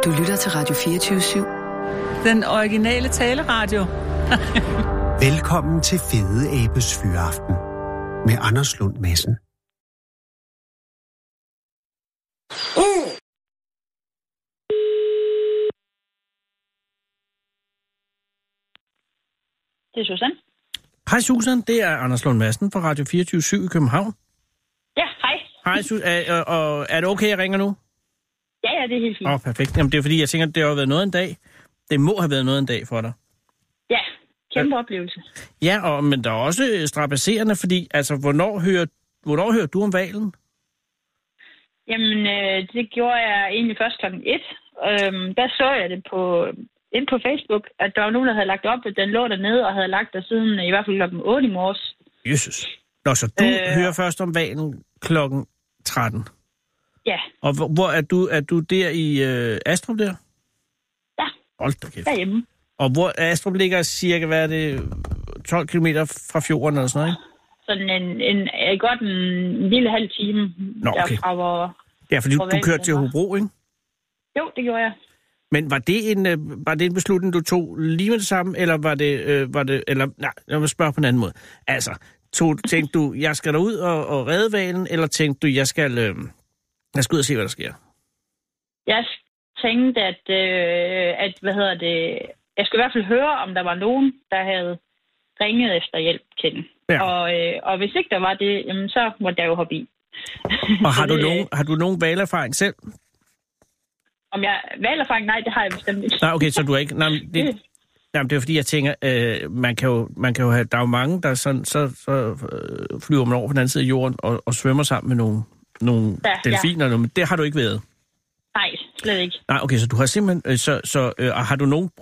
Du lytter til Radio 24/7. Den originale taleradio. Velkommen til Fede Abes Fyraften med Anders Lund Madsen. Det er Susan. Hej Susan, det er Anders Lund Madsen fra Radio 24/7 i København. Ja, hej. Hej Susan, og er det okay, jeg ringer nu? Ja, det er helt fint. Perfekt. Jamen det er fordi, jeg tænker, det har været noget en dag. Det må have været noget en dag for dig. Ja, kæmpe oplevelse. Ja, men der er også strabasserende, fordi, altså, hvornår hører du om hvalen? Jamen, det gjorde jeg egentlig først klokken 1. Der så jeg det inde på Facebook, at der var nogen, der havde lagt op, at den lå dernede og havde lagt der siden i hvert fald klokken 8 i morges. Jesus. Nå, så du hører først om hvalen klokken 13? Ja. Og hvor er du der i Astrup der? Ja. Hold da kæft. Derhjemme. Og hvor Astrup ligger cirka, hvad er det, 12 kilometer fra fjorden eller sådan noget, ikke? Sådan godt en lille halv time. Nå, okay. Derfra, hvor... Ja, fordi du kørte til Hobro, ikke? Jo, det gjorde jeg. Men var det en beslutning, du tog lige med det samme, eller var det nej, jeg vil spørge på en anden måde. Altså, tænkte du, jeg skal derud og redde hvalen, eller tænkte du, jeg skal ud og se, hvad der sker? Jeg tænkte, at jeg skulle i hvert fald høre, om der var nogen, der havde ringet efter hjælp til den. Ja. Og hvis ikke der var det, jamen, så måtte jeg jo hoppe i. Og har du nogen hvalerfaring selv? Om jeg hvalerfaring? Nej, det har jeg bestemt ikke. Nej, okay, så du er ikke... det er fordi, jeg tænker, man kan jo have... Der er jo mange, der så flyver man over på den anden side af jorden og svømmer sammen med nogle delfiner. Ja. Men det har du ikke været? Nej, slet ikke. Nej, okay, så du har simpelthen... har du nogen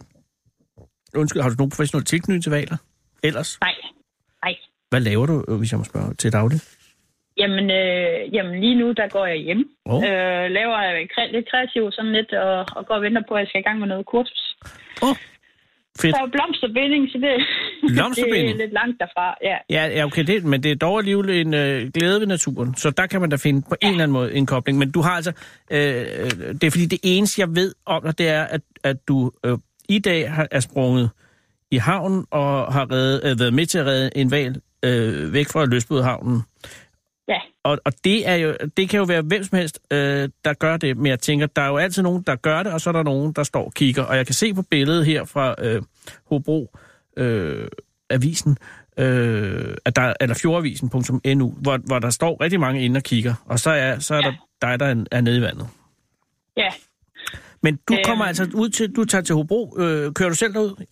professionel tilknytning til hvaler? Ellers? Nej. Hvad laver du, hvis jeg må spørge, til daglig? Jamen lige nu, der går jeg hjem. Laver lidt kreativt sådan lidt, og går og venter på, at jeg skal i gang med noget kursus. Fedt. Der er blomsterbinding, så det er lidt langt derfra, ja. Ja, okay, men det er dog alligevel en glæde ved naturen, så der kan man da finde på en eller anden måde en kobling. Men du har altså, det er fordi det eneste, jeg ved om dig, det er, at du i dag er sprunget i havnen og har været med til at redde en hval væk fra Lystbådehavnen. Ja. Og det kan jo være hvem som helst, der gør det, men jeg tænker, der er jo altid nogen, der gør det, og så er der nogen, der står og kigger. Og jeg kan se på billedet her fra Hobro Avisen, eller fjordavisen.nu, hvor der står rigtig mange inde og kigger, og så er der der er nede i vandet. Ja. Men du kommer altså ud til, du tager til Hobro. Kører du selv derud?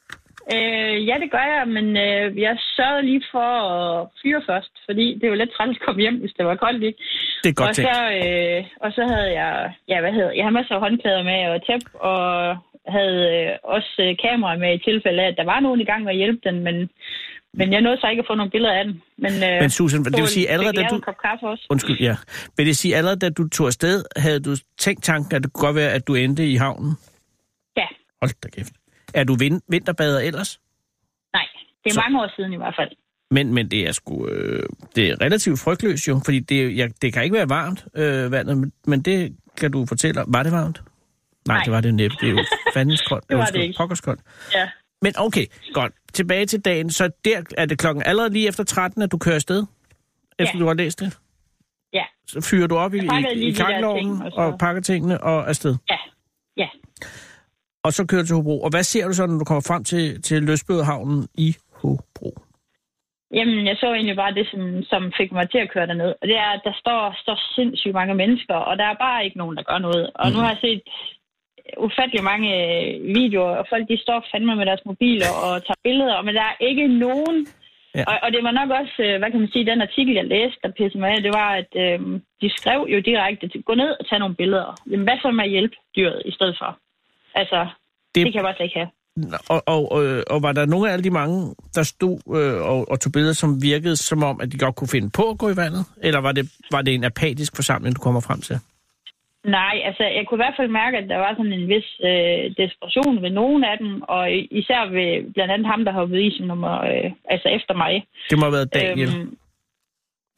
Ja, det gør jeg, men jeg sørgede lige for at fyre først, fordi det er jo lidt træls at komme hjem, hvis det var koldt, ikke? Det er godt tænkt. Og så havde jeg, jeg havde masser af håndklæder med og tæp, og havde også kamera med i tilfælde af, at der var nogen i gang med at hjælpe den, men jeg nåede så ikke at få nogle billeder af den. Men Susan, det vil sige allerede, da du... Undskyld, ja. Vil det sige allerede, da du tog afsted, havde du tænkt tanken, at det kunne godt være, at du endte i havnen? Ja. Hold da kæft. Er du vinterbader ellers? Nej, det er mange år siden i hvert fald. Men det er sgu det er relativt frygtløst jo, fordi det kan ikke være varmt, vandet, men det kan du fortælle. Var det varmt? Nej, det var det næppe. Det er jo fandens koldt. Det var det ikke. Pokkerskoldt. Ja. Men okay, godt. Tilbage til dagen. Så der er det klokken allerede lige efter 13, at du kører afsted? Efter du har læst det? Ja. Så fyrer du op i kakkelovnen og pakker tingene og afsted? Ja. Og så kører du til Hobro. Og hvad ser du så, når du kommer frem til Lystbådehavnen i Hobro? Jamen, jeg så egentlig bare det, som fik mig til at køre derned. Og det er, at der står sindssygt mange mennesker, og der er bare ikke nogen, der gør noget. Og nu har jeg set ufattelig mange videoer, og folk de står fandme med deres mobiler og tager billeder, men der er ikke nogen. Ja. Og det var nok også, hvad kan man sige, den artikel, jeg læste, der pissede mig af, det var, at de skrev jo direkte til, gå ned og tage nogle billeder. Jamen, hvad så med at hjælpe dyret i stedet for? Altså, det kan jeg bare slet ikke have. Og var der nogle af alle de mange, der stod og tog billeder, som virkede som om, at de godt kunne finde på at gå i vandet? Eller var det en apatisk forsamling, du kommer frem til? Nej, altså jeg kunne i hvert fald mærke, at der var sådan en vis desperation ved nogen af dem, og især ved blandt andet ham, der hoppede i som nummer, altså efter mig. Det må have været Daniel.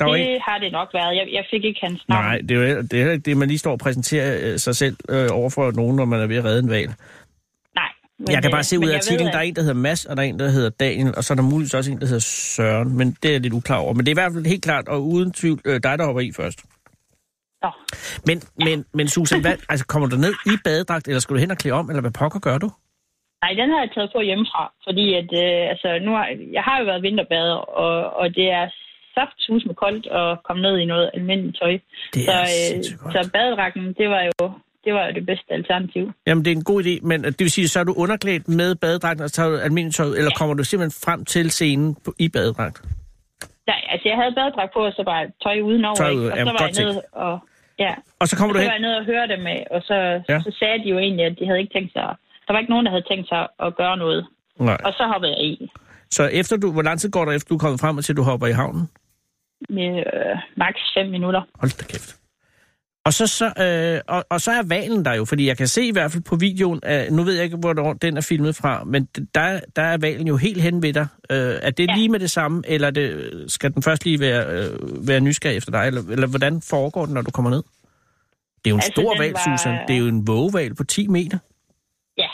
Det har det nok været. Jeg fik ikke hans navn. Nej, det er jo ikke det, man lige står og præsenterer sig selv overfor nogen, når man er ved at redde en hval. Nej. Jeg kan bare se ud af artiklen, der er en, der hedder Mads, og der er en, der hedder Daniel, og så er der muligvis også en, der hedder Søren, men det er jeg lidt uklar over. Men det er i hvert fald helt klart, og uden tvivl, dig, der hopper i først. Nå. Men Susan, altså kommer du ned i badedragt, eller skal du hen og klæde om, eller hvad pokker gør du? Nej, den har jeg taget på hjemmefra, fordi at, jeg har jo været vinterbader, og det er saftsus med koldt at komme ned i noget almindeligt tøj. Så badedragten, det var jo det bedste alternativ. Jamen, det er en god idé, men det vil sige, så er du underklædt med badedragten, og så tager du almindeligt tøj, eller kommer du simpelthen frem til scenen i badedragt? Nej, altså jeg havde badedragt på, og så bare tøj udenover, og så var jeg nede og... Ja, og så kommer du hen? Så var jeg nede og hørte dem af, og så sagde de jo egentlig, at de havde ikke tænkt sig... Der var ikke nogen, der havde tænkt sig at gøre noget. Nej. Og så hoppede jeg i. Så hvor lang tid går der efter, du er kommet frem til, du hopper i havnen? Maks 5 minutter. Hold da kæft. Og så er hvalen der jo, fordi jeg kan se i hvert fald på videoen, nu ved jeg ikke, hvor den er filmet fra, men der er hvalen jo helt hen ved dig. Er det lige med det samme, eller skal den først lige være nysgerrig efter dig, eller hvordan foregår den, når du kommer ned? Det er jo en stor hval, Susan. Det er jo en vågehval på 10 meter. Ja.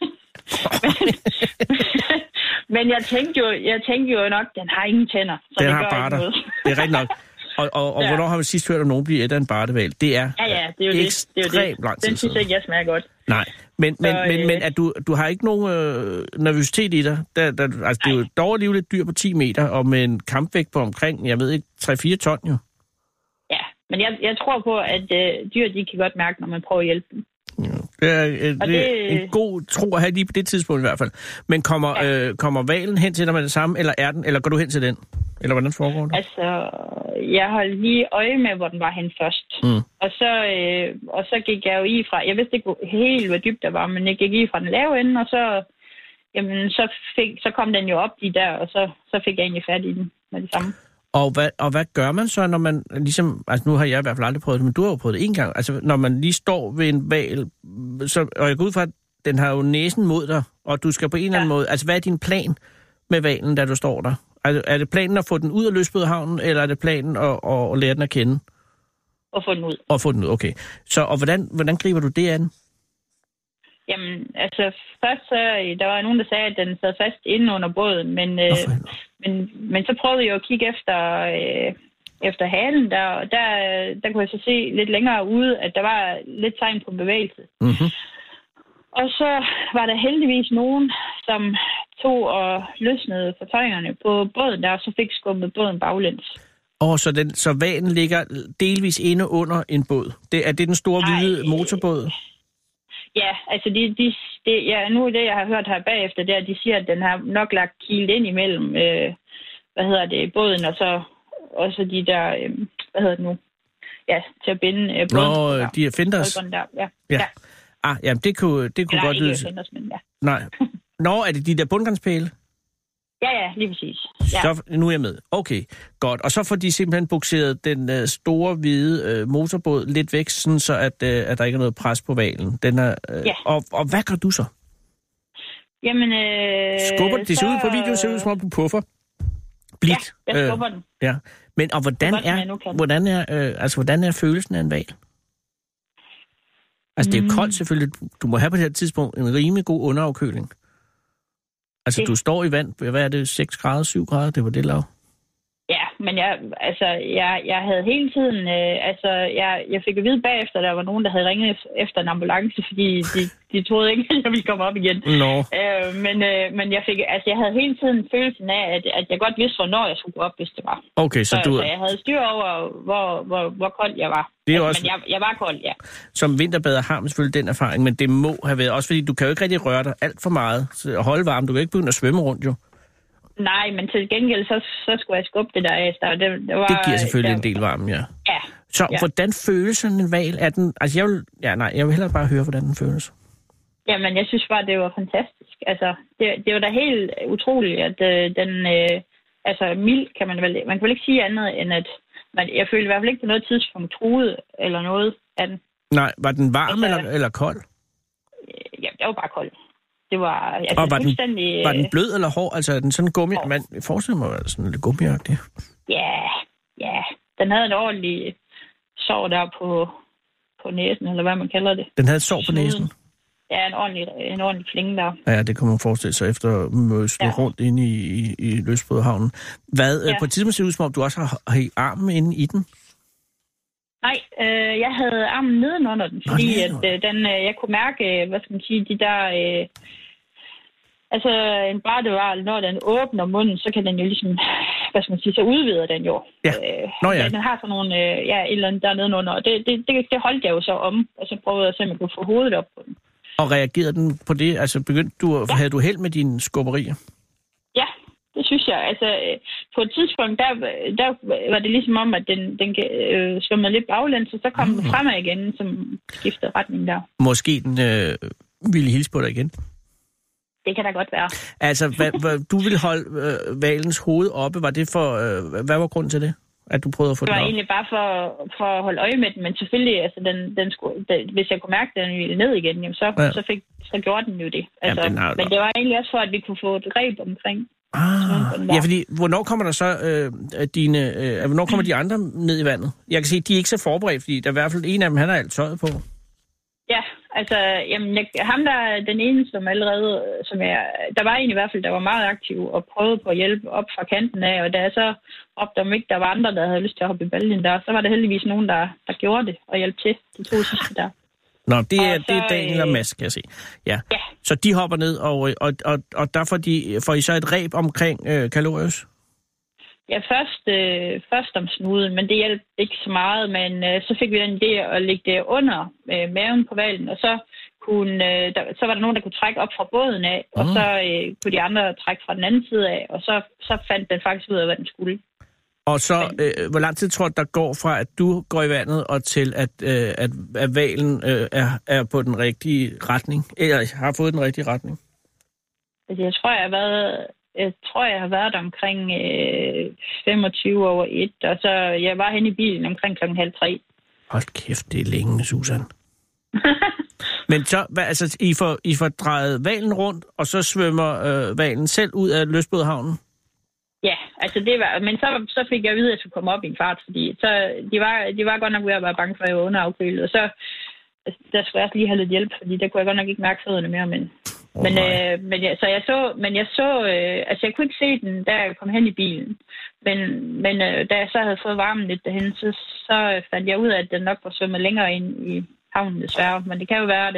Men jeg tænkte jo nok, den har ingen tænder. Så den har barter. Det er rigtigt nok. Og hvornår har vi sidst hørt om nogen blive ædt af en bartehval? Det er, det er jo ekstremt lang tid. Den synes ikke, jeg smager godt. Nej, men du har ikke nogen nervøsitet i dig. Altså, det er jo dog alligevel et dyr på 10 meter, og med en kampvægt på omkring, jeg ved ikke, 3-4 ton jo. Ja, men jeg tror på, at dyr, de kan godt mærke, når man prøver at hjælpe dem. Ja, det er en god tro at have lige på det tidspunkt i hvert fald. Men kommer hvalen hen til dig med det samme, eller går du hen til den? Eller hvordan foregår det? Altså, jeg holdt lige øje med, hvor den var hen først. Og så gik jeg jo i fra... Jeg vidste ikke helt, hvor dybt der var, men jeg gik i fra den lave ende, og så kom den jo op lige der, og så fik jeg egentlig fat i den med det samme. Og hvad gør man så, når man ligesom... Altså, nu har jeg i hvert fald aldrig prøvet det, men du har jo prøvet det en gang. Altså, når man lige står ved en hval, og jeg går ud fra, at den har jo næsen mod dig, og du skal på en eller anden måde... Altså, hvad er din plan med hvalen, da du står der? Altså, er det planen at få den ud af Lystbådehavnen, eller er det planen at lære den at kende? At få den ud. At få den ud, okay. Og hvordan griber du det an? Jamen, altså først så, der var nogen, der sagde, at den sad fast inde under båden, men så prøvede jeg at kigge efter halen, der kunne jeg så se lidt længere ude, at der var lidt tegn på bevægelse. Mm-hmm. Og så var der heldigvis nogen, som tog og løsnede fortøjningerne på båden der, og så fik skubbet båden baglæns. Så hvalen ligger delvis inde under en båd? Er det den store hvide motorbåd? Ja, altså nu det, jeg har hørt her bagefter, det er, at de siger, at den har nok lagt kilet ind imellem, båden, og så de der, til at binde båden. De er finders? Ja. Jamen det kunne godt lyde. Nej. Er det de der bundgangspæle? Ja, lige præcis. Ja. Så nu er jeg med. Okay, godt. Og så får de simpelthen bukseret den store hvide motorbåd lidt væk, sådan så at der ikke er noget pres på hvalen. Den er, og hvad gør du så? Jamen, skubber det ser ud på videoen, ser ud som om du puffer. Blidt. Ja, jeg skubber den. Ja. Men og hvordan er følelsen af en hval? Altså, det er jo koldt selvfølgelig. Du må have på det her tidspunkt en rimelig god underafkøling. Altså, du står i vand, hvad er det, 6 grader, 7 grader, det var det lav? Ja, men jeg havde hele tiden, jeg fik at vide bagefter, der var nogen, der havde ringet efter en ambulance, fordi de troede ikke, at jeg ville komme op igen. Men jeg havde hele tiden følelsen af, at jeg godt vidste, hvornår jeg skulle gå op, hvis det var. Okay, så jeg havde styr over, hvor kold jeg var. Det er også... Men jeg var kold, ja. Som vinterbader har man selvfølgelig den erfaring, men det må have været, også fordi du kan jo ikke rigtig røre dig alt for meget, så holde varme, du kan ikke begynde at svømme rundt jo. Nej, men til gengæld, så skulle jeg skubbe det der af. Det giver selvfølgelig en del varme, ja. Ja. Så hvordan føles sådan en hval? Er den, altså jeg vil hellere bare høre, hvordan den føles. Jamen, jeg synes bare, det var fantastisk. Altså, det var da helt utroligt, at den... mild kan man vel... Man kan vel ikke sige andet, end at... Jeg følte i hvert fald ikke på noget tidspunkt truet eller noget af den. Nej, var den varm eller kold? Ja, det var bare kold. Det var og var den blød eller hård? Altså er den sådan gummi? Man forestiller mig, at den sådan lidt gummiagtig. Ja. den havde en ordentlig sår der på næsen, eller hvad man kalder det. Den havde et sår på næsen? Ja, en ordentlig klinge der. Ja, det kan man forestille sig efter at møde rundt inde i Lystbådehavnen. På et tidspunkt ser det ud, som om du også har armen inde i den? Nej, jeg havde armen nedenunder den, fordi jeg kunne mærke, hvad skal man sige, de der... en brætteval, når den åbner munden, så kan den jo ligesom, hvad skal man sige, så udvider den jo. Ja. Den har sådan nogle, et eller andet dernede under, og det holdt jeg jo så om, og så prøvede jeg at se, om jeg kunne få hovedet op på den. Og reagerede den på det? Altså havde du held med dine skubberier? Ja, det synes jeg. Altså, på et tidspunkt, der var det ligesom om, at den svømmede lidt baglæns, og så kom den fremad igen, som skiftede retning der. Måske den ville hilse på dig igen? Det kan da godt være. Altså, du ville holde hvalens hoved oppe. Var det for... hvad var grunden til det? At du prøvede at få den op? Det var egentlig bare for at holde øje med den, men selvfølgelig, altså, den skulle, hvis jeg kunne mærke, at den ville ned igen, jamen, så gjorde den jo det. Altså, jamen, men det var egentlig også for, at vi kunne få et greb omkring. Ja, fordi hvornår kommer der så hvornår kommer de andre ned i vandet? Jeg kan se, at de er ikke så forberedt, fordi der er i hvert fald en af dem, han har alt tøjet på. Ja, altså, ham der er den ene, som allerede, der var en i hvert fald, der var meget aktiv og prøvede på at hjælpe op fra kanten af, og da jeg så opdagede, om ikke der var andre, der havde lyst til at hoppe i baljen der, så var der heldigvis nogen, der gjorde det og hjalp til de to sidste der. Nå, det er Daniel og Mads, kan jeg se. Ja. Så de hopper ned, og der får I så et reb omkring Kalorius? Ja, først om snuden, men det hjalp ikke så meget, men så fik vi den idé at lægge det under maven på hvalen, og så så var der nogen, der kunne trække op fra båden af, og så kunne de andre trække fra den anden side af, og så fandt den faktisk ud af, hvad den skulle. Og så, hvor lang tid tror du, der går fra, at du går i vandet, og til at hvalen er på den rigtige retning, eller har fået den rigtige retning? Altså, jeg tror, jeg har været omkring 25 over 1, og så jeg var henne i bilen omkring 2:30. Hold kæft, det er længe, Susan. Men så, I får drejet hvalen rundt, og så svømmer hvalen selv ud af Lystbådehavnen? Ja, altså det var, men så fik jeg at vide, at jeg skulle komme op i en fart, fordi så, de var godt nok ved at være bange for, at jeg var underafkølet, og så der skulle jeg også lige have lidt hjælp, fordi der kunne jeg godt nok ikke mærke fødderne mere, jeg kunne ikke se den, da jeg kom hen i bilen. Men da jeg så havde fået varmen lidt derhen, så fandt jeg ud af, at den nok var svømmet længere ind i havnen desværre. Men det kan jo være,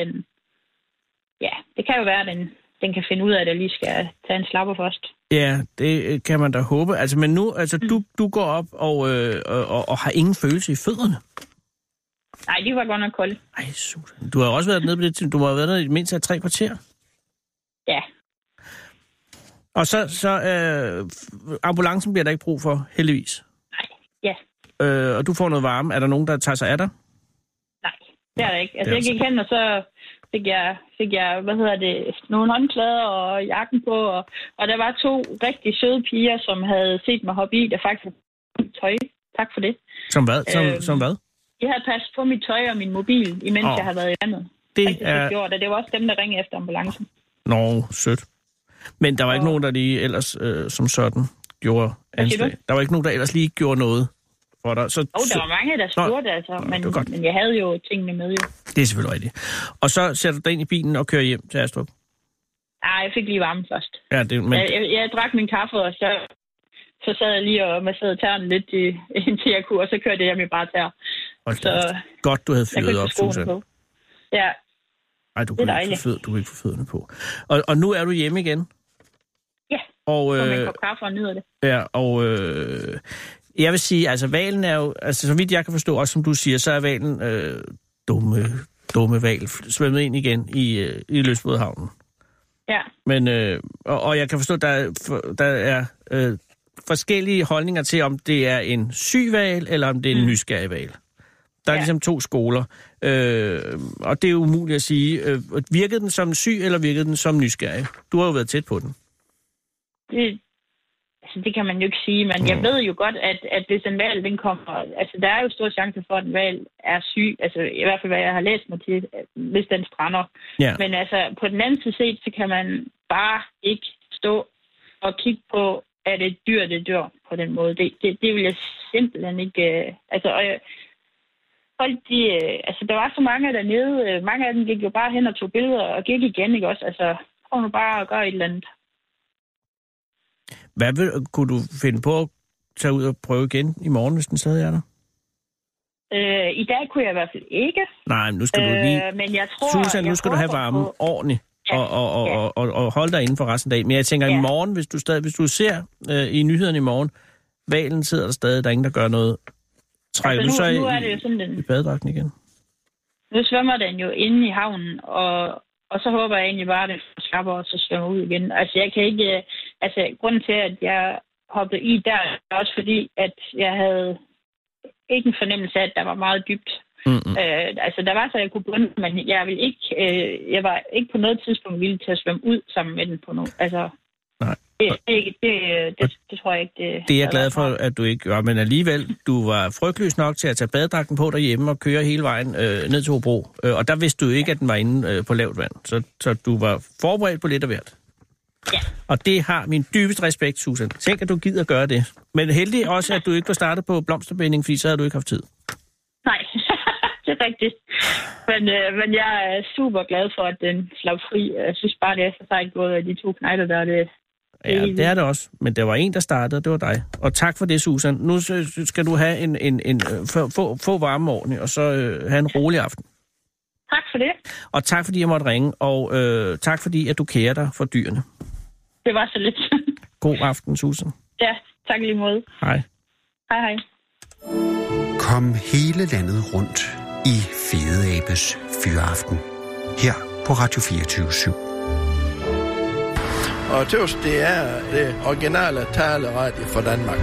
at den kan finde ud af, at jeg lige skal tage en slapper først. Ja, det kan man da håbe. Altså, men nu, du går op og har ingen følelse i fødderne? Nej, de var godt nok kolde. Ej, Susan. Du har også været nede på det. Du har været nede i mindst af 3 kvarter. Ja. Og så ambulancen bliver der ikke brug for, heldigvis? Nej, ja. Og du får noget varme. Er der nogen, der tager sig af dig? Nej, det er der ikke. Altså, jeg gik hen, og så fik jeg nogle håndklæder og jakken på, og der var 2 rigtig søde piger, som havde set mig hoppe i, der faktisk havde tøj. Tak for det. Som hvad? Som hvad? Jeg havde passet på mit tøj og min mobil, imens jeg havde været i vandet. Det var også dem, der ringede efter ambulancen. Nå, sødt. Men der var ikke nogen, der lige ellers som sådan gjorde anslag. Der var ikke nogen, der ellers lige gjorde noget for dig. Der var mange, der spurgte, men jeg havde jo tingene med jo. Det er selvfølgelig rigtigt. Og så sætter du dig ind i bilen og kører hjem til Astrup? Nej, jeg fik lige varme først. Ja, jeg drak min kaffe, og så sad jeg lige og masserede tæerne lidt indtil jeg kunne, og så kørte jeg hjem i bare tær. Godt, du havde fyret op, Susan. Ja. Ej, du kunne ikke få fødderne på. Og nu er du hjemme igen? Ja, og med en kop kaffe og nyder det. Ja, og jeg vil sige, altså hvalen er jo, altså så vidt jeg kan forstå, også som du siger, så er hvalen dumme hval svømmet ind igen i Lystbådehavnen. Ja. Men, og jeg kan forstå, der er forskellige holdninger til, om det er en syg hval, eller om det er en nysgerrig hval. Der er ligesom 2 skoler, og det er umuligt at sige. Virkede den som syg, eller virkede den som nysgerrig? Du har jo været tæt på den. Det kan man jo ikke sige, men jeg ved jo godt, at hvis en hval, den kommer... Altså, der er jo stor chance for, at en hval er syg. Altså, i hvert fald, hvad jeg har læst mig til, hvis den strander. Ja. Men altså, på den anden side set, så kan man bare ikke stå og kigge på, at et dyr, det dør på den måde. Det vil jeg simpelthen ikke... Folk, der var så mange dernede. Mange af dem gik jo bare hen og tog billeder og gik igen, ikke også? Altså, prøv nu bare at gøre et eller andet. Kunne du finde på at tage ud og prøve igen i morgen, hvis den stadig er der? I dag kunne jeg i hvert fald ikke. Nej, men nu skal du lige... Men jeg tror... Susan, nu skal du have varmen ordentligt og holde dig inden for resten af dagen. Men jeg tænker, i morgen, hvis du ser i nyhederne i morgen, hvalen sidder der stadig, der er ingen, der gør noget. Trækker du så i badedragten igen? Nu svømmer den jo inde i havnen, og så håber jeg egentlig bare, at det skabber og så svømmer ud igen. Altså, jeg kan ikke... grunden til, at jeg hoppede i der, er også fordi, at jeg havde ikke en fornemmelse af, at der var meget dybt. Der var så, jeg kunne bunde, men jeg var ikke på noget tidspunkt villig til at svømme ud sammen med den på noget. Altså, nej. Det tror jeg ikke. Det er jeg glad for, at du ikke gør, men alligevel, du var frygtløs nok til at tage badedragten på derhjemme og køre hele vejen ned til Hobro. Og der vidste du ikke, at den var inde på lavt vand. Så du var forberedt på lidt af hvert. Ja. Og det har min dybeste respekt, Susan. Tænk, at du gider gøre det. Men heldig også, at du ikke var startet på blomsterbinding, fordi så havde du ikke haft tid. Nej, det er rigtigt. Men jeg er super glad for, at den slap fri. Jeg synes bare, det er så sejt gået af de 2 knejder, der er det. Ja, det er det også. Men der var en, der startede, og det var dig. Og tak for det, Susan. Nu skal du have få varme ordentligt, og så have en rolig aften. Tak for det. Og tak, fordi jeg måtte ringe, og tak, fordi at du kærer dig for dyrene. Det var så lidt. God aften, Susan. Ja, tak lige måde. Hej. Hej, hej. Kom hele landet rundt i Fede Abes Fyraften. Her på Radio 24/7. Og tøvs, det er det originale taleradio for Danmark.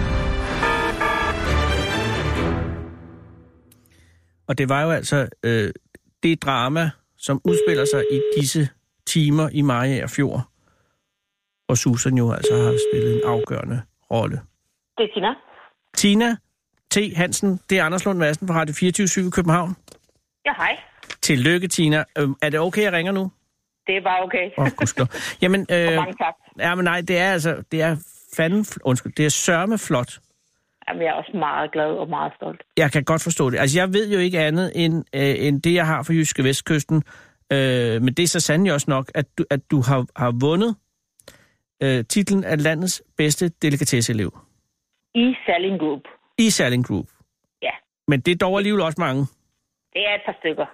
Og det var jo altså det drama, som udspiller sig i disse timer i Mariager Fjord. Og Susan jo altså har spillet en afgørende rolle. Det er Tina. Tina T. Hansen, det er Anders Lund Madsen fra Radio 24/7 i København. Ja, hej. Tillykke, Tina. Er det okay, jeg ringer nu? Det er bare okay. Gudskelov. Jamen, mange tak. Ja, men nej, det er fandme, det er sørme flot. Jamen, jeg er også meget glad og meget stolt. Jeg kan godt forstå det. Altså, jeg ved jo ikke andet end det, jeg har for Jyske Vestkysten. Men det er så sandelig også nok, at du har vundet titlen af landets bedste delikatesseelev. I Salling Group. I Salling Group. Ja. Men det er dog alligevel også mange. Det er et par stykker.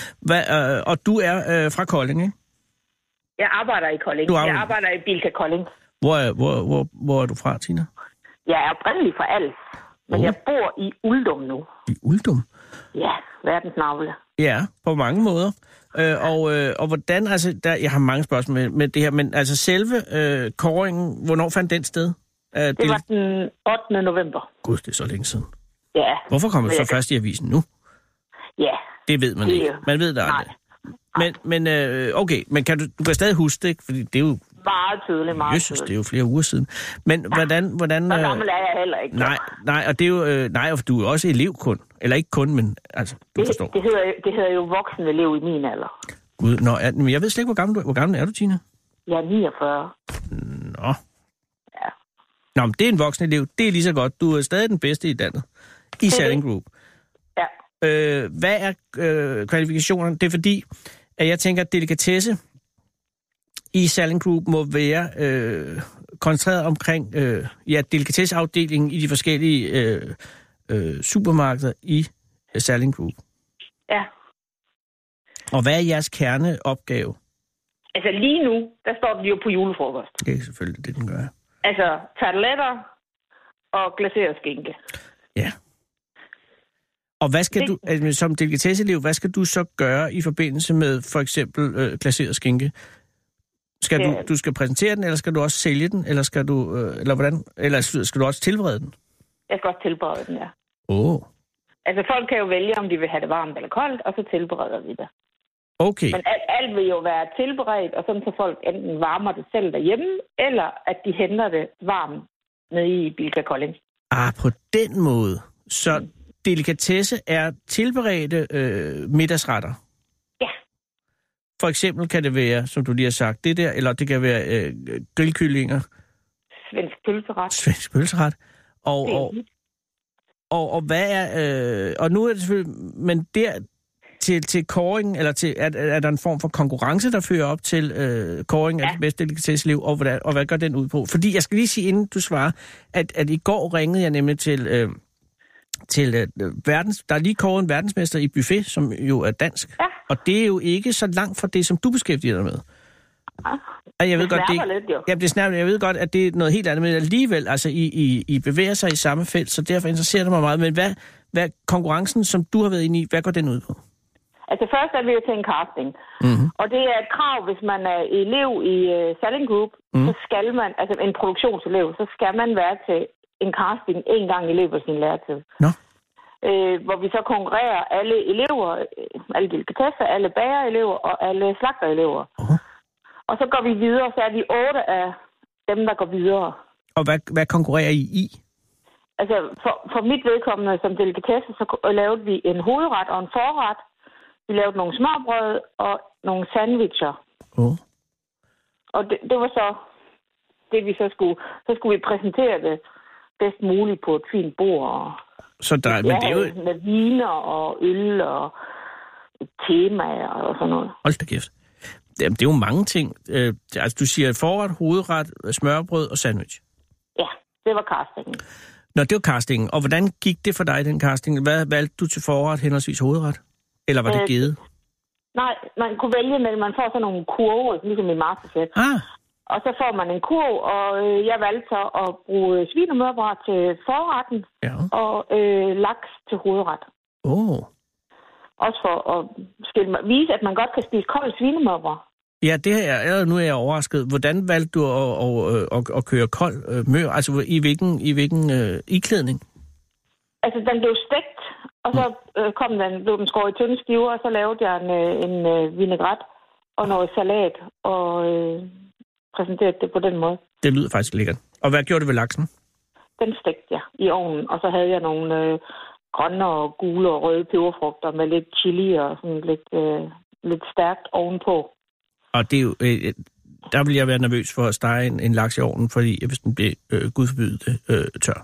Og du er fra Kolding, ikke? Jeg arbejder i Kolding. Jeg arbejder i Bilka Kolding. Hvor er du fra, Tina? Jeg er oprindelig fra Als, men jeg bor i Uldum nu. I Uldum? Ja, verdens navle. Ja, på mange måder. Og hvordan, altså, jeg har mange spørgsmål med det her, men altså selve kåringen, hvornår fandt den sted? Det var den 8. november. Gud, det er så længe siden. Ja. Hvorfor kommer det så først i avisen nu? Ja. Det ved man ikke. Man ved det aldrig. Men okay, men du kan stadig huske det, fordi det er jo... Meget tydeligt, meget Jesus, det er jo flere uger siden. Men hvordan... Så gammel er jeg heller ikke. Nej, og det er jo... og du er også elev kun. Eller ikke kun, men altså, du forstår. Det hedder jo voksen elev i min alder. Gud, men jeg ved slet ikke, hvor gammel er du, Tina? Jeg er 49. Nå. Ja. Nå, men det er en voksen elev. Det er lige så godt. Du er stadig den bedste i landet. I Salling Group. Ja. Hvad er kvalifikationerne? Det er fordi, at jeg tænker, at delikatesse i Salling Group må være koncentreret omkring delikatesseafdelingen i de forskellige supermarkeder i Salling Group. Ja. Og hvad er jeres kerneopgave? Altså lige nu, der står den jo på julefrokost. Det er selvfølgelig det, den gør. Altså tarteletter og glaseret skinke. Ja. Og hvad skal du, altså, som delikatesseelev, hvad skal du så gøre i forbindelse med for eksempel glaseret skinke? Du skal præsentere den, eller skal du også sælge den, eller skal du, eller hvordan? Eller skal du også tilberede den? Jeg skal også tilberede den, ja. Altså folk kan jo vælge, om de vil have det varmt eller koldt, og så tilbereder vi det. Okay. Men alt vil jo være tilberedt, og sådan så folk enten varmer det selv derhjemme, eller at de henter det varmt nede i Bilka Kolding. På den måde. Så delikatesse er tilberedte middagsretter? Ja. For eksempel kan det være, som du lige har sagt, det der, eller det kan være grillkyllinger? Svensk pølseret. Svensk pølseret. Og hvad er... og nu er det selvfølgelig... Men der til kåring, eller er der en form for konkurrence, der fører op til kåring af det bedste delikatesseelev, og hvad går den ud på? Fordi jeg skal lige sige, inden du svarer, at i går ringede jeg nemlig til verdens... Der er lige kåret en verdensmester i buffet, som jo er dansk. Ja. Og det er jo ikke så langt fra det, som du beskæftiger dig med. Jeg ved godt, jeg ved godt, at det er noget helt andet, men alligevel, altså, I bevæger sig i samme felt, så derfor interesserer det mig meget. Men hvad konkurrencen, som du har været inde i, hvad går den ud på? Altså først er vi jo til en casting. Mm-hmm. Og det er et krav, hvis man er elev i Salling Group, så skal man, altså en produktionselev, så skal man være til en casting en gang i løbet af sin læretid. Nå. Hvor vi så konkurrerer alle elever, alle delikatesser, alle bagerelever og alle slagterelever. Uh-huh. Og så går vi videre, så er vi 8 af dem, der går videre. Og hvad konkurrerer I i? Altså, for mit vedkommende som delikatesse, så lavede vi en hovedret og en forret. Vi lavede nogle smørbrød og nogle sandwicher. Og det var så det, vi så skulle. Så skulle vi præsentere det bedst muligt på et fint bord. Så men det er jo... Med viner og øl og temaer og sådan noget. Hold da kæft. Det er jo mange ting. Altså, du siger forret, hovedret, smørbrød og sandwich. Ja, det var castingen. Nå, det var castingen. Og hvordan gik det for dig, den casting? Hvad valgte du til forret, henholdsvis hovedret? Eller var det givet? Nej, man kunne vælge, men man får sådan nogle kurve, ligesom i Masterchef. Og så får man en kurv, og jeg valgte så at bruge svinemørbrad til forretten, og laks til hovedret. Også for at vise, at man godt kan spise kold svinemørbrad. Ja, det her nu er jeg overrasket. Hvordan valgte du at køre kold mør? Altså i hvilken iklædning? Altså, den blev stegt, og så blev den skåret i tynde skiver, og så lavede jeg en vinaigrette og noget salat, og præsenterede det på den måde. Det lyder faktisk lækkert. Og hvad gjorde du ved laksen? Den stegte jeg i ovnen, og så havde jeg nogle grønne og gule og røde peberfrugter med lidt chili og sådan lidt stærkt ovenpå. Og det er jo... der vil jeg være nervøs for at stege en laks i ovnen, fordi hvis den bliver gudforbydet tør.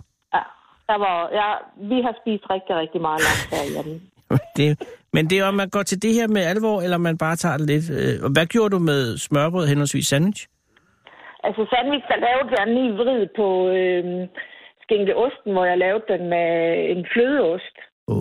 Vi har spist rigtig, rigtig meget laks herhjemme. Men det er, om man går til det her med alvor, eller man bare tager det lidt... Hvad gjorde du med smørbrød, henholdsvis sandwich? Altså sandwich, der lavede jeg en ny vrid på skinkeosten, hvor jeg lavede den med en flødeost.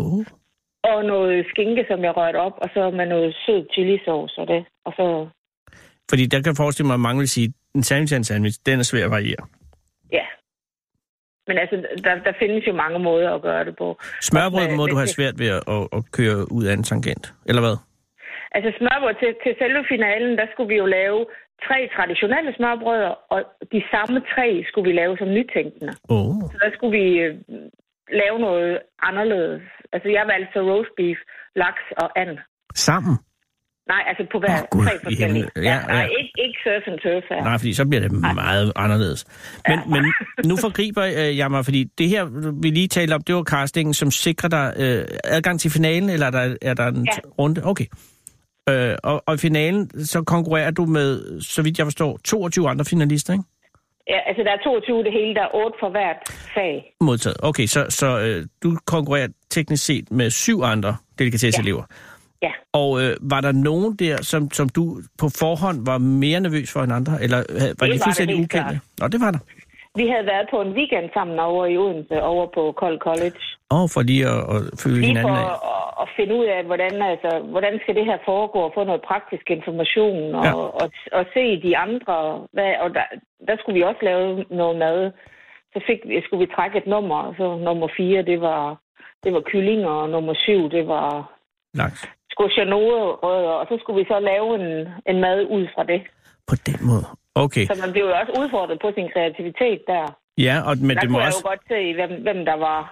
Og noget skinke, som jeg rørte op, og så med noget sød chilisauce og det. Og så... Fordi der kan forestille mig, at mange vil sige, en sandwich er en sandwich, den er svær at variere. Ja. Men altså, der findes jo mange måder at gøre det på. Smørbrød må du have svært ved at køre ud af en tangent, eller hvad? Altså smørbrød til selve finalen, der skulle vi jo lave 3 traditionelle smørbrødder, og de samme 3 skulle vi lave som nytænkende. Så der skulle vi lave noget anderledes. Altså jeg valgte så roast beef, laks og and. Sammen? Nej, altså på hver 3 forskellige. Nej, ikke surf and turf her. Nej, fordi så bliver det meget anderledes. Men nu forgriber jeg mig, fordi det her, vi lige talte om, det var castingen, som sikrer dig adgang til finalen, eller er der en runde? Okay. Og i finalen, så konkurrerer du med, så vidt jeg forstår, 22 andre finalister, ikke? Ja, altså der er 22 det hele, der er 8 for hvert fag. Modtaget. Okay, så du konkurrerer teknisk set med 7 andre delikatesseelever. Ja. Og var der nogen der, som du på forhånd var mere nervøs for end andre? Eller var de fuldstændig ukendte? Nå, det var der. Vi havde været på en weekend sammen over i Odense, over på Kold College. For lige at følge hinanden af. At finde ud af, hvordan skal det her foregå, og få noget praktisk information, og se de andre. Og der skulle vi også lave noget mad. Så skulle vi trække et nummer, og så nummer 4, det var kylling, og nummer 7, det var laks. Squishanode-rødder, og så skulle vi så lave en mad ud fra det. På den måde. Okay. Så man blev jo også udfordret på sin kreativitet der. Ja, men det må også... Der kunne jeg jo godt se, hvem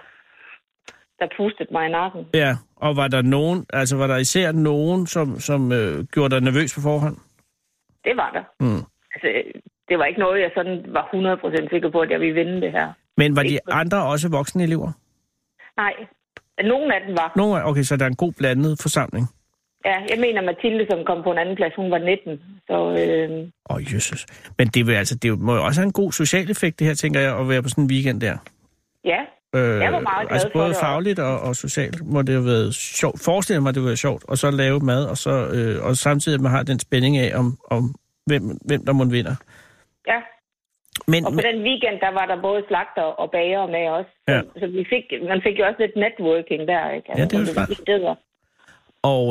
der pustede mig i nakken. Ja, og var der især nogen, som gjorde dig nervøs på forhånd? Det var der. Altså, det var ikke noget, jeg sådan var 100% sikker på, at jeg ville vinde det her. Men var de andre også voksne elever? Nej, nogle af dem var. Okay, så der er en god blandet forsamling? Ja, jeg mener Mathilde, som kom på en anden plads, hun var 19. Så, Jesus. Men det må jo også have en god social effekt, det her, tænker jeg, at være på sådan en weekend der. Ja, jeg var meget glad altså for både det. Fagligt og socialt må det jo være sjovt. Forestil mig, det vil være sjovt, og så lave mad, og samtidig at man har den spænding af, om hvem der må vinder. Ja. Men, og på den weekend, der var der både slagter og bager med os. Ja. Så man fik jo også lidt networking der, ikke? Altså, ja, det er jo klart. Og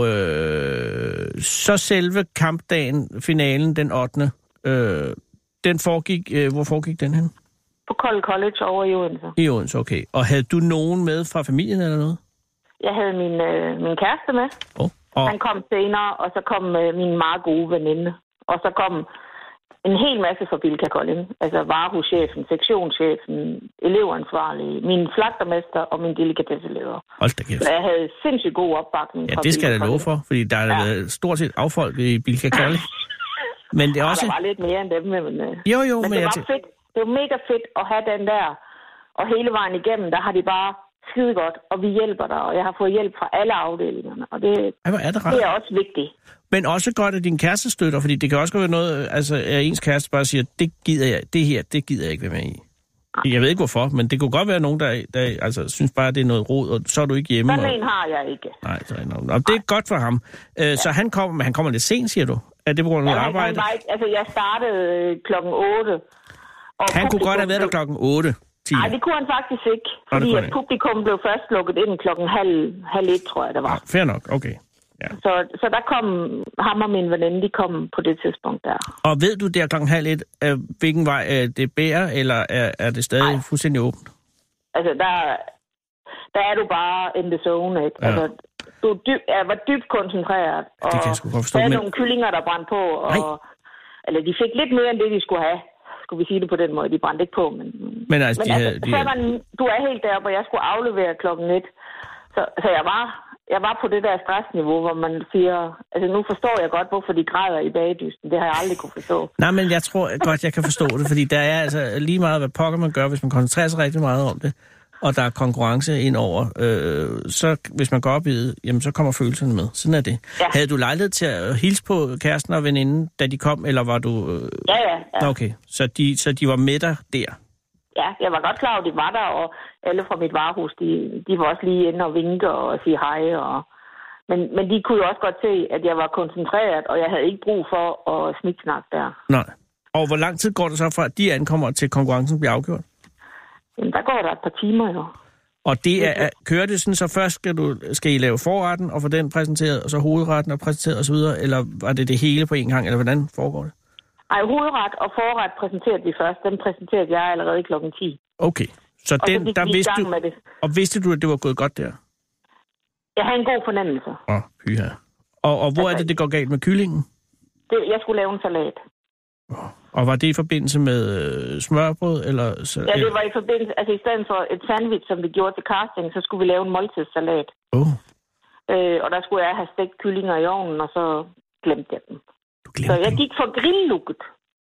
så selve kampdagen, finalen, den 8. Den foregik, hvor foregik den hen? På Kold College over i Odense. I Odense, okay. Og havde du nogen med fra familien eller noget? Jeg havde min kæreste med. Han kom senere, og så kom min meget gode veninde. Og så kom en hel masse fra Bilka Kolding. Altså varehuschefen, sektionschefen, elevansvarlig, min slagtermester og min delikatesseleder. Hold da kæft. Så jeg havde sindssygt god opbakning. Ja, det skal jeg da love for, fordi der er stort set affolk i Bilka Kolding. Men det er også... Der var lidt mere end dem, men men det var fedt. Det var mega fedt at have den der. Og hele vejen igennem, der har de bare skide godt, og vi hjælper dig, og jeg har fået hjælp fra alle afdelingerne. Og det er også vigtigt. Men også godt, at din kæreste støtter, fordi det kan også være noget, altså at ens kæreste bare siger, det gider jeg ikke være med i. Jeg ved ikke hvorfor, men det kunne godt være nogen, der altså, synes bare, det er noget rod, og så er du ikke hjemme. Sådan en har jeg ikke. Nej, og det er godt for ham. Så han kommer lidt sent, siger du? Er det på grund af arbejde? Altså, jeg startede klokken 8. Han kunne godt have været der klokken 8. Nej, det kunne han faktisk ikke, fordi at publikum blev først lukket ind klokken halv 1, tror jeg, der var. Fair nok, okay. Ja. Så der kom ham og min veninde, de kom på det tidspunkt der. Og ved du der klokken halv 1, hvilken vej det bærer, eller er det stadig fuldstændig åbent? Altså, der er du bare in the zone, ikke? Ja. Altså, jeg var dybt koncentreret, og det kan jeg sgu godt forstå, der er nogle kyllinger, der brændte på, eller de fik lidt mere end det, de skulle have. Skulle vi sige det på den måde, de brændte ikke på, men altså, du er helt deroppe, og jeg skulle aflevere klokken 1. Så jeg var på det der stressniveau, hvor man siger, altså nu forstår jeg godt, hvorfor de græder i bagdysten. Det har jeg aldrig kunne forstå. Nej, men jeg tror godt, jeg kan forstå det, fordi der er altså lige meget, hvad pokker man gør, hvis man koncentrerer sig rigtig meget om det, og der er konkurrence indover, så hvis man går op i det, jamen så kommer følelserne med. Sådan er det. Ja. Havde du lejlighed til at hilse på kæresten og veninden, da de kom, eller var du... Ja. Okay, så de var med dig der? Ja, jeg var godt klar, at de var der, og alle fra mit varehus, de var også lige inde og vinke og sige hej. Men de kunne jo også godt se, at jeg var koncentreret, og jeg havde ikke brug for at sniksnakke der. Nej. Og hvor lang tid går det så fra, at de ankommer til konkurrencen bliver afgjort? Jamen, der går der et par timer jo. Og det kører det sådan, så først skal I lave forretten og få den præsenteret, og så hovedretten og præsenteret osv., eller var det hele på en gang, eller hvordan foregår det? Nej, hovedret og forret præsenterede vi først. Den præsenterede jeg allerede klokken 10. Okay, så vidste du, og vidste du, at det var gået godt der? Jeg havde en god fornemmelse. Pyha. Og hvor er det går galt med kyllingen? Jeg skulle lave en salat. Og var det i forbindelse med smørbrød, eller... Ja, det var i forbindelse... Altså, i stedet for et sandwich, som vi gjorde til casting, så skulle vi lave en måltidssalat. Og der skulle jeg have stegt kyllinger i ovnen, og så glemte jeg dem. Så jeg gik for grillukket.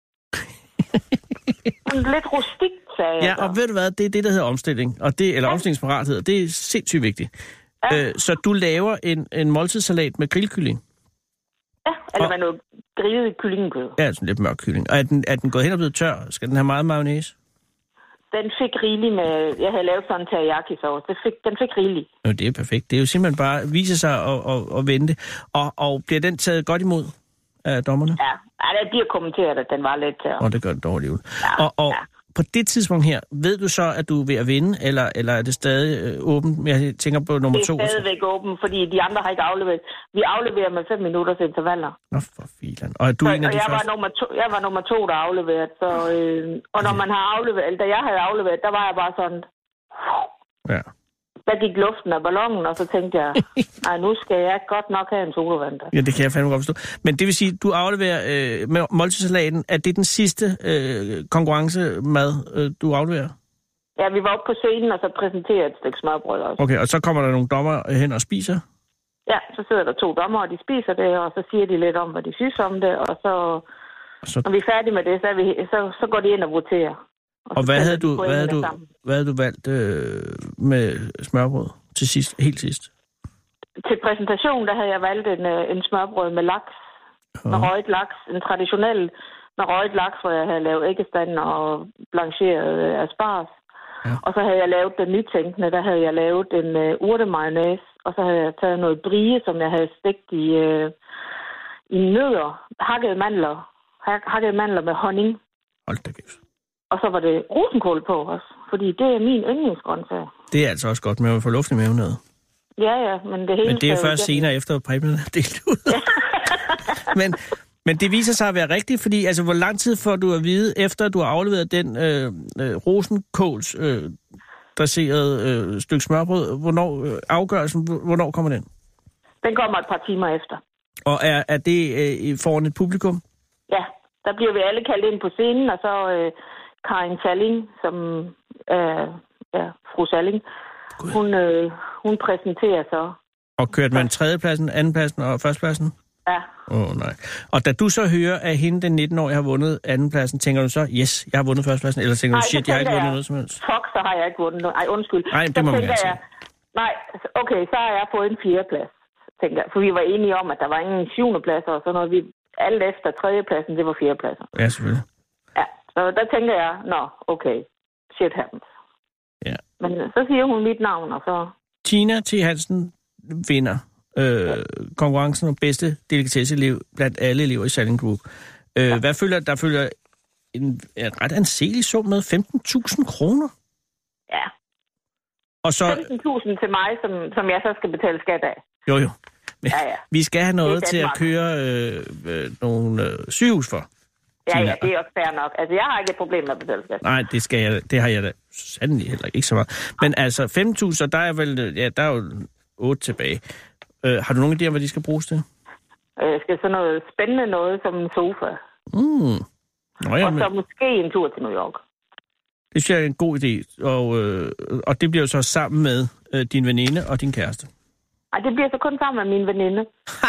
Lidt rustikt, sagde jeg. Ja, og ved du hvad, det er det, der hedder omstilling, eller omstillingsparathed, det er sindssygt vigtigt. Ja. Så du laver en måltidssalat med grillkylling? Ja, eller med noget grillet kyllingekød. Ja, sådan lidt mørk kylling. Og er den gået hen og blevet tør? Skal den have meget mayonnaise? Den fik rigeligt med... Jeg havde lavet sådan en teriyaki-sauce. Den fik rigeligt. Det er perfekt. Det er jo simpelthen bare at vise sig og vente. Og bliver den taget godt imod af dommerne? Ja, de har kommenteret, at den var lidt tør. Det gør den dårligt ud. Og på det tidspunkt her, ved du så, at du er ved at vinde, eller er det stadig åbent? Jeg tænker på nummer 2. Det er stadigvæk åbent, fordi de andre har ikke afleveret. Vi afleverer med 5 minutters intervaller. Nå, for filan. Og er du en af de første? Jeg var nummer 2, der afleveret. Så, og når man har afleveret, da jeg havde afleveret, der var jeg bare sådan... Ja. Der gik luften af ballonen, og så tænkte jeg, nej, nu skal jeg godt nok have en sodavand. Ja, det kan jeg fandme godt forstå. Men det vil sige, du afleverer med måltidssalaten. Er det den sidste konkurrencemad, du afleverer? Ja, vi var oppe på scenen, og så præsenterer et stykke smørbrød også. Okay, og så kommer der nogle dommer hen og spiser? Ja, så sidder der 2 dommer, og de spiser det, og så siger de lidt om, hvad de synes om det, og så når vi er færdige med det, så går de ind og voterer. Og hvad havde du valgt med smørbrød til sidst, helt sidst? til præsentation, der havde jeg valgt en smørbrød med laks. Med røget laks. En traditionel med røget laks, hvor jeg havde lavet æggestand og blancheret asparges. Ja. Og så havde jeg lavet den nytænkende, der havde jeg lavet en urtemayonnaise, og så havde jeg taget noget brie, som jeg havde stegt i nødder, hakkede mandler med honning. Hold da kæft. Og så var det rosenkål på også, fordi det er min yndlingsgrøntsag. Det er altså også godt, men man får luft i maven noget. Ja, men det hele... Men det er først senere efter præmien er delt ud. Men det viser sig at være rigtigt, fordi altså, hvor lang tid får du at vide, efter du har afleveret den rosenkåls dresserede stykke smørbrød, hvornår kommer den? Den kommer et par timer efter. Og er det foran et publikum? Ja, der bliver vi alle kaldt ind på scenen, og så Karin Salling, som fru Salling, hun præsenterer så. Og kørte man tredjepladsen, andenpladsen og førstepladsen? Ja. Nej. Og da du så hører, at hende, den 19-årige, har vundet andenpladsen, tænker du så, yes, jeg har vundet førstepladsen? Eller tænker du, shit, jeg har ikke vundet noget som helst? Fuck, så har jeg ikke vundet noget. Ej, undskyld. Nej, det må man gerne sige. Nej, okay, så har jeg fået en 4. plads, tænker jeg. For vi var enige om, at der var ingen 7. pladser og sådan noget. Alt efter 3. pladsen, det var 4. pladser. Ja, selvfølgelig. Ja, så der tænker jeg, okay, shit happens. Ja. Men så siger hun mit navn, og så... Tina T. Hansen vinder konkurrencen om bedste delikatesseelev blandt alle elever i Salling Group. Hvad følger der? Følger en ret anselig sum med 15.000 kroner? Ja. Og så 15.000 til mig, som jeg så skal betale skat af. Jo. Men ja. Vi skal have noget til at køre nogle sygehus for. Ja, det er også fair nok. Altså, jeg har ikke et problem med at betale skat. Nej, det har jeg da sandelig heller ikke så meget. Men altså, 5.000, der er vel, der er jo 8 tilbage. Har du nogen idéer, hvad de skal bruges til? Skal sådan noget spændende noget som en sofa. Og så måske en tur til New York. Det synes jeg er en god idé. Og det bliver jo så sammen med din veninde og din kæreste. Nej, det bliver så kun sammen med min veninde.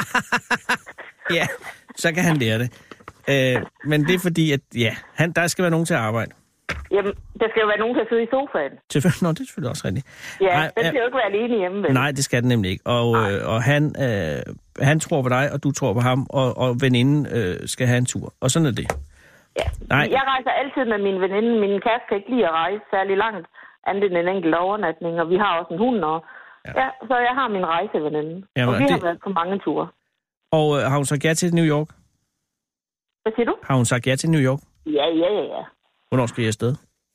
Ja, så kan han lære det. Men det er fordi, at der skal være nogen til at arbejde. Jamen, der skal jo være nogen til at sidde i sofaen. Nå, det er selvfølgelig også rigtigt. Ja, den skal jo ikke være alene hjemme, vel? Nej, det skal den nemlig ikke. Og han tror på dig, og du tror på ham, og veninden skal have en tur. Og sådan er det. Ja, jeg rejser altid med min veninde. Min kæreste kan ikke lide at rejse særlig langt, andet end en enkelt overnatning, og vi har også en hund, så jeg har min rejseveninde. Jamen, og vi har været på mange ture. Og har hun sagt ja til New York? Hvad siger du? Har hun sagt ja til New York? Ja. Hvornår skal I afsted?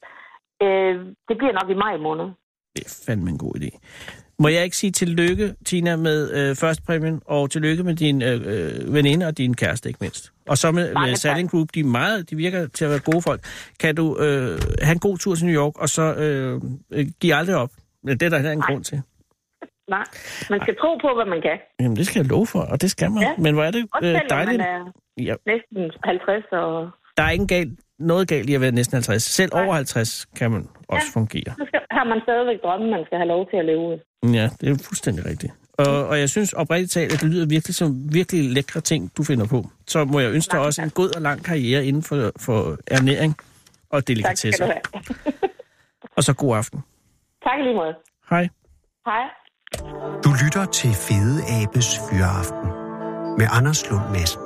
Det bliver nok i maj måned. Det er fandme en god idé. Må jeg ikke sige tillykke, Tina, med førstepræmien, og tillykke med din veninde og din kæreste, ikke mindst. Og så med Salling Group, de virker til at være gode folk. Kan du have en god tur til New York, og så give aldrig op? Det er der en grund til. Nej, man skal tro på, hvad man kan. Jamen, det skal jeg love for, og det skal man. Ja. Men hvor er det dejligt. Man er næsten 50, og... Der er ikke noget galt i at være næsten 50. Selv over 50 kan man også fungere. Så har man stadigvæk drømme, man skal have lov til at leve ud. Ja, det er fuldstændig rigtigt. Og jeg synes oprigtigt talt, at det lyder virkelig som virkelig lækre ting, du finder på. Så må jeg ønske dig også en god og lang karriere inden for ernæring og delikatesser. Tak skal du have. Og så god aften. Tak lige måde. Hej. Hej. Du lytter til Fede Abes Fyraften med Anders Lund Madsen.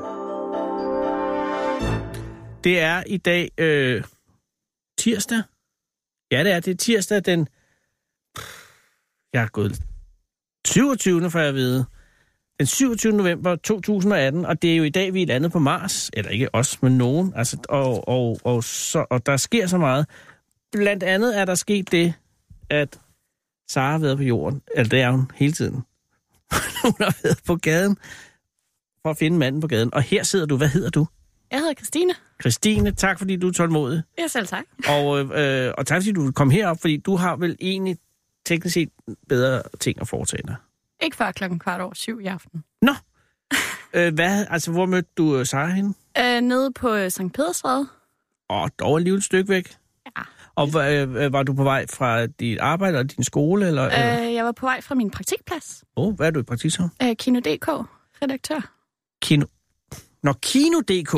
Det er i dag tirsdag. Ja, det er tirsdag den... Jeg er gået 27. for jeg ved. Den 27. november 2018, og det er jo i dag, vi er landet på Mars. Eller ikke os, men nogen. Altså, og der sker så meget. Blandt andet er der sket det, at Sara har været på jorden. Eller det er hun hele tiden. Hun har været på gaden for at finde manden på gaden. Og her sidder du. Hvad hedder du? Jeg hedder Christine. Christine, tak fordi du er tålmodig. Ja, selv tak. Og tak fordi du kom herop, fordi du har vel egentlig teknisk set bedre ting at foretage dig. Ikke før 7:15 i aften. Nå. Hvor mødte du Sara henne? Nede på Sankt Pedersstræde. Dog alligevel et stykke væk. Ja. Og var du på vej fra dit arbejde eller din skole? Eller? Jeg var på vej fra min praktikplads. Hvad er du i praktik så? Kino.dk, redaktør. Kino.dk? Ja.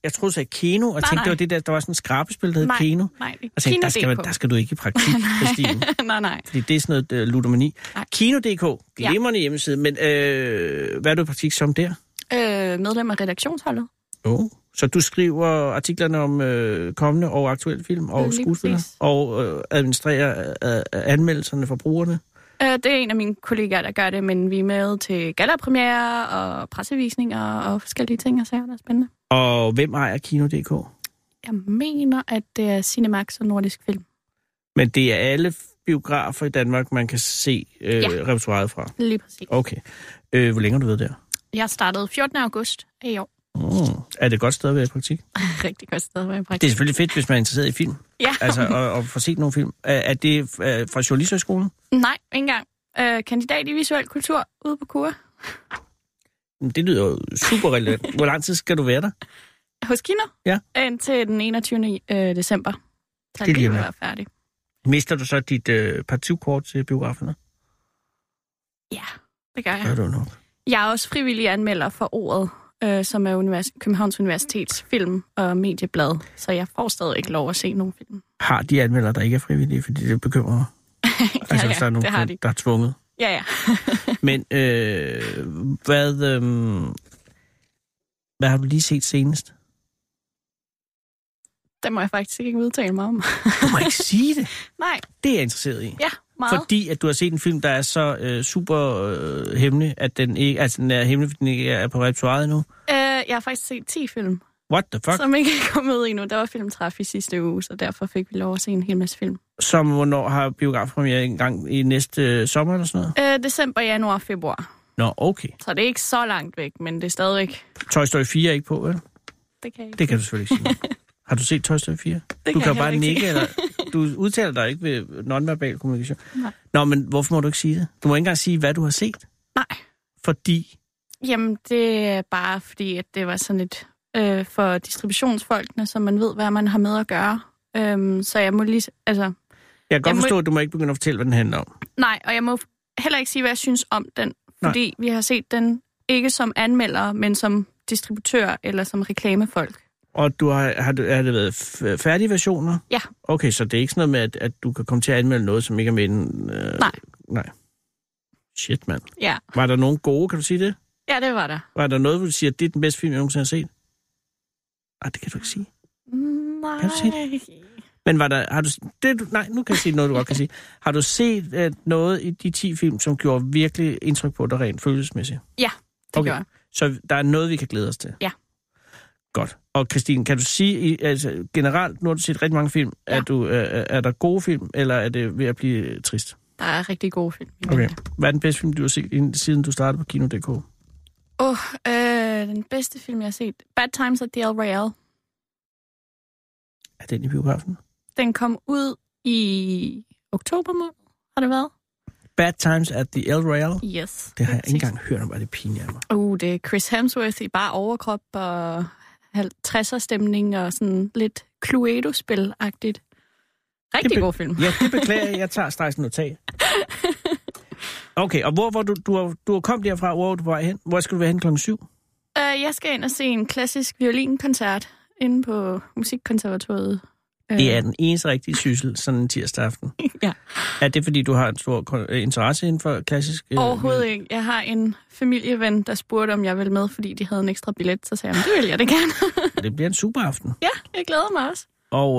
Jeg troede, du sagde Keno, og tænkte, det var det der var sådan en skrabespil, der hed Keno. Nej, og tænkte, der skal du ikke i praktik, Christine. nej. Fordi det er sådan noget ludomani. Keno.dk, glimrende hjemmeside, men hvad er du i praktik som der? Medlem af redaktionsholdet. Så du skriver artiklerne om kommende og aktuelle film og skuespillere, og administrerer anmeldelserne for brugerne? Det er en af mine kollegaer, der gør det, men vi er med til gallapremiere og pressevisninger og forskellige ting og sager, der er spændende. Og hvem ejer Kino.dk? Jeg mener, at det er Cinemax og Nordisk Film. Men det er alle biografer i Danmark, man kan se repertoiret fra? Lige præcis. Okay. Hvor længe har du været der? Jeg startede 14. august i år. Er det et godt sted at være i praktik? Rigtig godt sted at være i praktik. Det er selvfølgelig fedt, hvis man er interesseret i film. Ja. Altså, og få set nogle film. Er det fra Journalisthøjskolen? Nej, ikke engang. Kandidat i visuel kultur ude på KUA. Det lyder jo super relevant. Hvor lang tid skal du være der? Hos Kino? Ja. Indtil den 21. december. Så det vil være færdig. Mister du så dit partikort til biograferne? Ja, det gør jeg. Gør du nok. Jeg er også frivillig anmelder for Ordet, som er Københavns Universitets film- og medieblad, så jeg får stadig ikke lov at se nogen film. Har de anmeldere, der ikke er frivillige, fordi det bekymrer mig? Altså, hvis der er nogen, der er tvunget? Ja. Men hvad har du lige set senest? Det må jeg faktisk ikke udtale mig om. Du må ikke sige det? Nej. Det er jeg interesseret i. Ja, meget. Fordi at du har set en film, der er så super hemmelig, at den ikke, altså den er hemmelig, fordi den ikke er på repertoiret endnu? Jeg har faktisk set 10 film. What the fuck? Som ikke er kommet ud endnu. Der var filmtræf i sidste uge, så derfor fik vi lov at se en hel masse film. Som hvornår har biografpremiere en gang i næste sommer eller sådan noget? December, januar, februar. Nå, okay. Så det er ikke så langt væk, men det er stadigvæk... Toy Story 4 er ikke på, vel? Det kan jeg ikke. Det kan du selvfølgelig ikke sige. Har du set Toy Story 4? Du kan bare nikke, eller du udtaler dig ikke ved nonverbal kommunikation. Nej. Nå, men hvorfor må du ikke sige det? Du må ikke engang sige, hvad du har set. Nej. Fordi? Jamen, det er bare fordi, at det var sådan et for distributionsfolkene, så man ved, hvad man har med at gøre. Så jeg må lige... Altså, jeg kan godt forstå, at du må ikke begynde at fortælle, hvad den handler om. Nej, og jeg må heller ikke sige, hvad jeg synes om den. Fordi vi har set den ikke som anmelder, men som distributør eller som reklamefolk. Og du har det været færdige versioner? Ja. Okay, så det er ikke sådan noget med, at du kan komme til at anmelde noget, som ikke er med den? Nej. Shit, mand. Ja. Var der nogen gode, kan du sige det? Ja, det var der. Var der noget, hvor du siger, at det er den bedste film, jeg nogensinde har set? Nej, det kan du ikke sige. Nej. Kan du sige det? Men var der... nej, nu kan jeg sige noget, du godt kan sige. Har du set noget i de 10 film, som gjorde virkelig indtryk på dig rent følelsesmæssigt? Ja, det gør jeg. Så der er noget, vi kan glæde os til? Ja. Godt. Og Christine, kan du sige, altså generelt, nu har du set rigtig mange film, ja. Er der gode film, eller er det ved at blive trist? Der er rigtig gode film. Okay. Hvad er den bedste film, du har set, siden du startede på Kino.dk? Den bedste film, jeg har set. Bad Times at the El Royale. Er den i biografen? Den kom ud i oktober måned, har det været? Bad Times at the El Royale? Yes. Det har jeg ikke engang hørt om, hvad det pinjer mig. Det er Chris Hemsworth i bare overkrop og 50'er stemning og sådan lidt Cluedo-spil-agtigt. Rigtig god film. Ja, det beklager jeg. Jeg tager straks notat. Okay, og hvor du er kommet derfra, hvor du var hen? Hvor skal du være hen klokken 7? Jeg skal ind og se en klassisk violinkoncert inde på Musikkonservatoriet. Det er den eneste rigtige syssel, sådan en tirsdag aften. Ja. Er det, fordi du har en stor interesse inden for klassisk? Overhovedet ikke. Jeg har en familieven, der spurgte, om jeg ville med, fordi de havde en ekstra billet. Så sagde jeg, det vil jeg det gerne. Det bliver en super aften. Ja, jeg glæder mig også. Og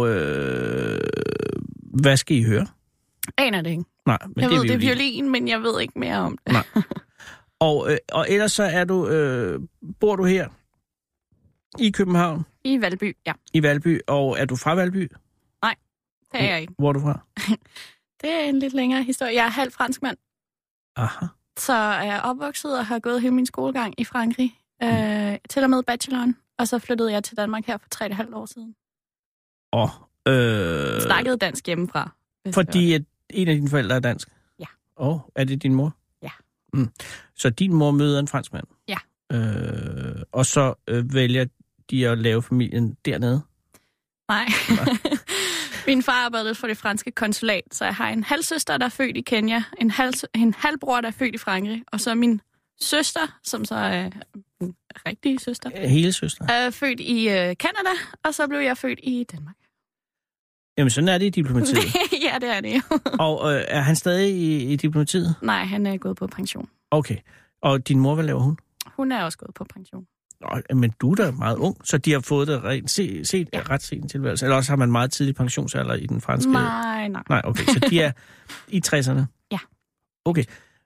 hvad skal I høre? Aner det ikke. Nej, men jeg ved, det er violin, men jeg ved ikke mere om det. Nej. Og ellers så er du, bor du her i København? I Valby, ja. I Valby, og er du fra Valby? Nej, det er jeg ikke. Hvor er du fra? Det er en lidt længere historie. Jeg er halv franskmand. Aha. Så er jeg opvokset og har gået hele min skolegang i Frankrig, til og med bacheloren, og så flyttede jeg til Danmark her for 3,5 år siden. Og snakkede dansk hjemmefra. Fordi at en af dine forældre er dansk? Ja. Er det din mor? Ja. Så din mor møder en franskmand? Ja. Og så vælger de at lave familien dernede? Nej. Min far arbejdede for det franske konsulat, så jeg har en halvsøster, der er født i Kenya, en halvbror, der er født i Frankrig, og så min søster, som så rigtige søster. Hele søster. Født i Canada, og så blev jeg født i Danmark. Jamen, sådan er det i diplomatiet. Ja, det er det jo. Og er han stadig i diplomatiet? Nej, han er gået på pension. Okay. Og din mor, hvad laver hun? Hun er også gået på pension. Nå, men du er da meget ung, så de har fået det ret sent tilværelse. Eller også har man meget tidlig pensionsalder i den franske... Nej. Nej, okay. Så de er i 60'erne? Ja. Okay.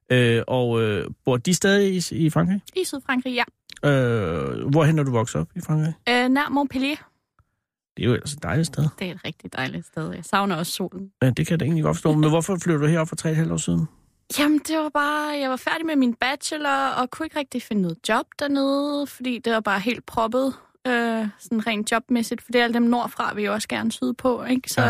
Bor de stadig i Frankrig? I Sydfrankrig, ja. Hvorhen er du vokset op i Frankrig? Nær Montpellier. Det er jo ellers et dejligt sted. Det er et rigtig dejligt sted. Jeg savner også solen. Ja, det kan jeg da egentlig godt forstå. Men hvorfor flyttede du herop for 3,5 år siden? Jamen, det var bare... Jeg var færdig med min bachelor, og kunne ikke rigtig finde noget job dernede, fordi det var bare helt proppet, sådan rent jobmæssigt, for det er alle dem nordfra, vi jo også gerne sydpå, ikke? Så,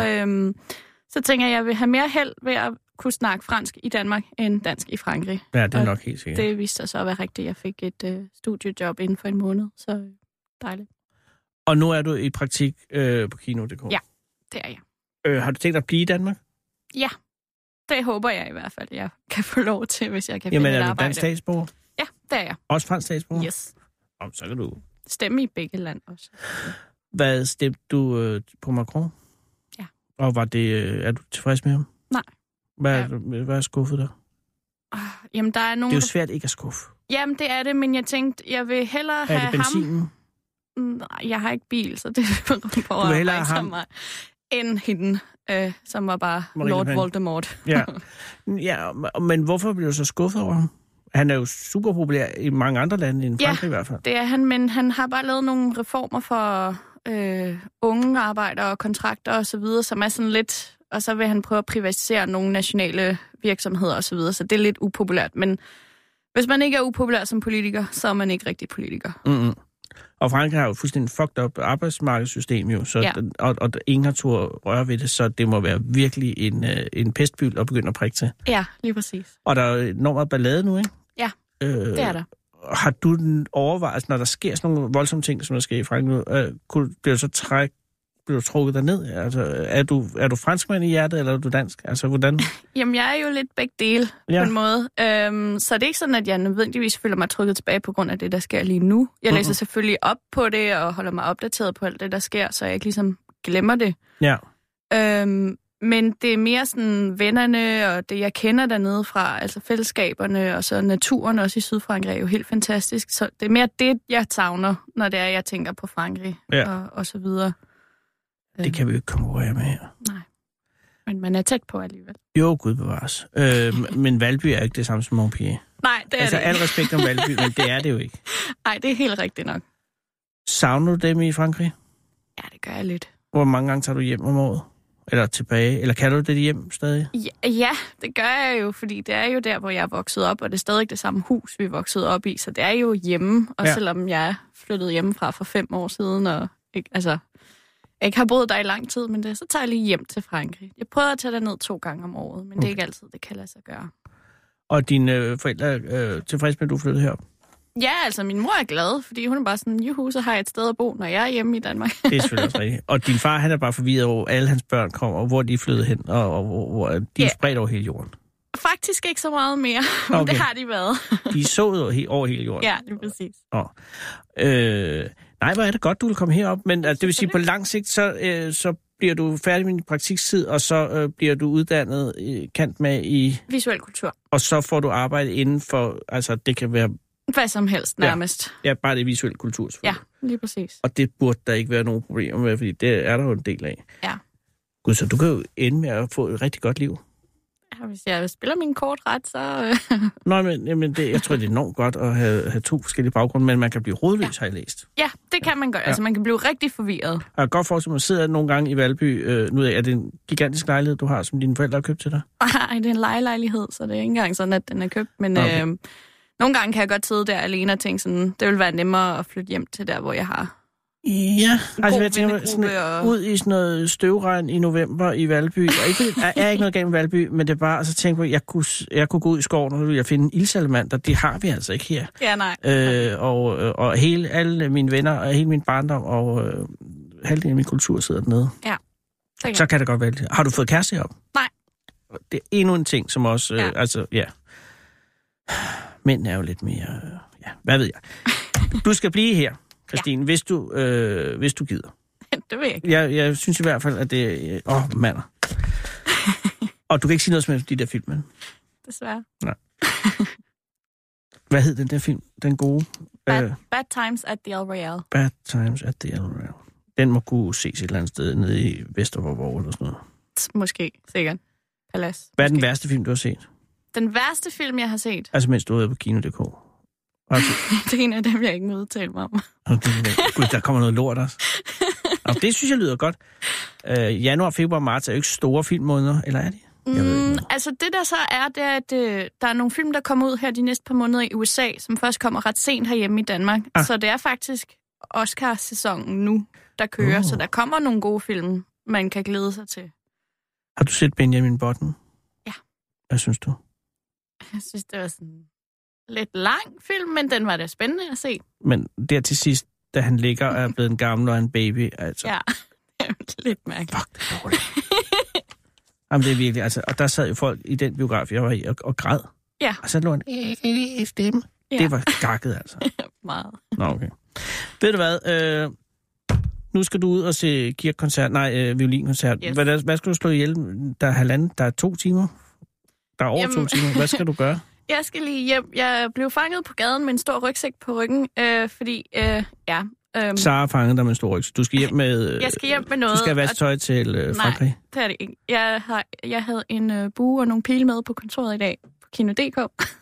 så tænker jeg vil have mere held ved at kunne snakke fransk i Danmark end dansk i Frankrig. Ja, det er nok helt sikkert. Det viste sig så at være rigtigt. Jeg fik et studiejob inden for en måned, så dejligt. Og nu er du i praktik på Kino.dk? Ja, det er jeg. Har du tænkt at blive i Danmark? Ja, det håber jeg i hvert fald, jeg kan få lov til, hvis jeg kan finde et arbejde. Jamen, er du dansk statsborger? Ja, det er jeg. Også fransk statsborger? Yes. Så kan du... Stemme i begge land også. Hvad stemte du på Macron? Ja. Og er du tilfreds med ham? Nej. Hvad er skuffet der? Jamen, der er nogle... Det er jo svært ikke at skuffe. Jamen, det er det, men jeg tænkte, jeg vil hellere have ham... Er det benzinen? Nej, jeg har ikke bil, så det prøver jeg ikke så meget. End hende, som var bare Lord Voldemort. Ja, men hvorfor blev du så skuffet over ham? Han er jo super populær i mange andre lande end Frankrig i hvert fald. Det er han, men han har bare lavet nogle reformer for unge arbejdere og kontrakter og så videre, som er sådan lidt... Og så vil han prøve at privatisere nogle nationale virksomheder og så videre, så det er lidt upopulært. Men hvis man ikke er upopulær som politiker, så er man ikke rigtig politiker. Mm-hmm. Og Frankrig har jo fuldstændig fucked up arbejdsmarkedssystem jo, så og ingen har turde røre ved det, så det må være virkelig en pestbyld at begynde at prikke til. Ja, lige præcis. Og der er enormt meget ballade nu, ikke? Ja, det er der. Har du overvejet, når der sker sådan nogle voldsomme ting, som der sker i Frankrig nu, bliver du trukket derned? Altså, er du franskmand i hjertet, eller er du dansk? Altså, hvordan? Jamen, jeg er jo lidt begge dele på en måde. Så det er ikke sådan, at jeg nødvendigvis føler mig trykket tilbage på grund af det, der sker lige nu. Jeg læser selvfølgelig op på det, og holder mig opdateret på alt det, der sker, så jeg ikke ligesom glemmer det. Ja. Men det er mere sådan vennerne, og det, jeg kender dernede fra, altså fællesskaberne, og så naturen også i Sydfrankrig er jo helt fantastisk. Så det er mere det, jeg savner, når det er, jeg tænker på Frankrig, og så videre. Det kan vi jo ikke konkurrere med her. Nej, men man er tæt på alligevel. Jo, gud bevares. Men Valby er ikke det samme som Montpellier. Nej, det er altså, det al respekt om Valby, men det er det jo ikke. Nej, det er helt rigtigt nok. Savner du dem i Frankrig? Ja, det gør jeg lidt. Hvor mange gange tager du hjem om året? Eller tilbage? Eller kan du det hjem stadig? Ja, det gør jeg jo, fordi det er jo der, hvor jeg er vokset op, og det er stadig det samme hus, vi er vokset op i, så det er jo hjemme, og selvom jeg er flyttet hjemmefra for 5 år siden, og ikke, altså... Jeg ikke har boet der i lang tid, men så tager jeg lige hjem til Frankrig. Jeg prøver at tage ned 2 gange om året, men det er ikke altid, det kan lade sig gøre. Og dine forældre er tilfredse med, at du flyttede herop? Ja, altså min mor er glad, fordi hun er bare sådan, juhu, så har jeg et sted at bo, når jeg er hjemme i Danmark. Det er selvfølgelig også rigtigt. Og din far, han er bare forvirret over, alle hans børn kommer, og hvor de er flyttet hen, og hvor de er spredt over hele jorden. Faktisk ikke så meget mere, men det har de været. De er sået over hele jorden? Ja, det er præcis. Nej, hvor er det godt, du vil komme herop, men det vil sige, på lang sigt, så bliver du færdig med din praktiktid, og så bliver du uddannet kant med i... Visuel kultur. Og så får du arbejde inden for, altså det kan være... Hvad som helst, nærmest. Ja, bare det visuelle kultur, selvfølgelig. Ja, lige præcis. Og det burde der ikke være nogen problemer med, fordi det er der jo en del af. Ja. Gud, så du kan jo ende med at få et rigtig godt liv. Ja, hvis jeg spiller min kort ret, så... Nå, men jeg tror, det er enormt godt at have 2 forskellige baggrunde, men man kan blive rodløs, har jeg læst. Ja, det kan man godt. Altså, man kan blive rigtig forvirret. Jeg kan godt forestille mig, at man sidder nogle gange i Valby. Nu er det en gigantisk lejlighed, du har, som dine forældre har købt til dig? Nej, det er en lejelejlighed, så det er ikke engang sådan, at den er købt. Men nogle gange kan jeg godt sidde der alene og tænke sådan, det vil være nemmere at flytte hjem til der, hvor jeg har... Ja, altså jeg tænker sådan, ud i sådan noget støvregn i november i Valby. Der er ikke noget galt med Valby, men det er bare, så tænker jeg, jeg kunne gå ud i skoven, og så ville jeg finde en ildsalamander. Det har vi altså ikke her. Ja, nej. Og alle mine venner, og hele min barndom, og halvdelen af min kultur sidder dernede. Ja. Så kan det godt være. Har du fået kæreste herop? Nej. Det er endnu en ting, som også, Mænd er jo lidt mere, hvad ved jeg. Du skal blive her, Christine, hvis du gider. Det vil jeg ikke. Jeg synes i hvert fald, at det... mander. Og du kan ikke sige noget som helst om de der film, men... Desværre. Nej. Hvad hed den der film? Den gode? Bad Times at the El Royale. Bad Times at the El Royale. Den må kunne ses et eller andet sted nede i Vesterborg eller sådan noget. Måske, sikkert. Palads. Hvad er den værste film, du har set? Den værste film, jeg har set? Altså, mens du er på Kino.dk. Det er en af dem, jeg ikke må udtale mig om. Gud, der kommer noget lort også. Det synes jeg lyder godt. Januar, februar, marts er jo ikke store filmmåneder, eller er de? Altså det der så er, det er, at der er nogle film, der kommer ud her de næste par måneder i USA, som først kommer ret sent herhjemme i Danmark. Så det er faktisk Oscar-sæsonen nu, der kører, så der kommer nogle gode film, man kan glæde sig til. Har du set Benjamin Button? Ja. Hvad synes du? Jeg synes, det var sådan lidt lang film, men den var da spændende at se. Men der til sidst, da han ligger og er blevet en gammel og en baby, altså... Ja, det er lidt mærkeligt. Fuck, det er dårligt. Jamen, det er virkelig, altså... Og der sad jo folk i den biograf, jeg var i, og græd. Ja. Og så lå en stemme. Ja. Det var gakket, altså. Meget. Nå, okay. Ved du hvad? Nu skal du ud og se kirkekoncert, violinkoncert. Yes. Hvad skal du slå ihjel? Der er 2 timer. Der er over 2 timer. Hvad skal du gøre? Jeg skal lige hjem. Jeg blev fanget på gaden med en stor rygsæk på ryggen, fordi, Sara fangede dig med en stor rygsæk. Du skal hjem med... Jeg skal hjem med noget. Du skal vaske tøj til Frankrig? Nej, det er det ikke. Jeg havde en bue og nogle pile med på kontoret i dag på Kino.dk. Jeg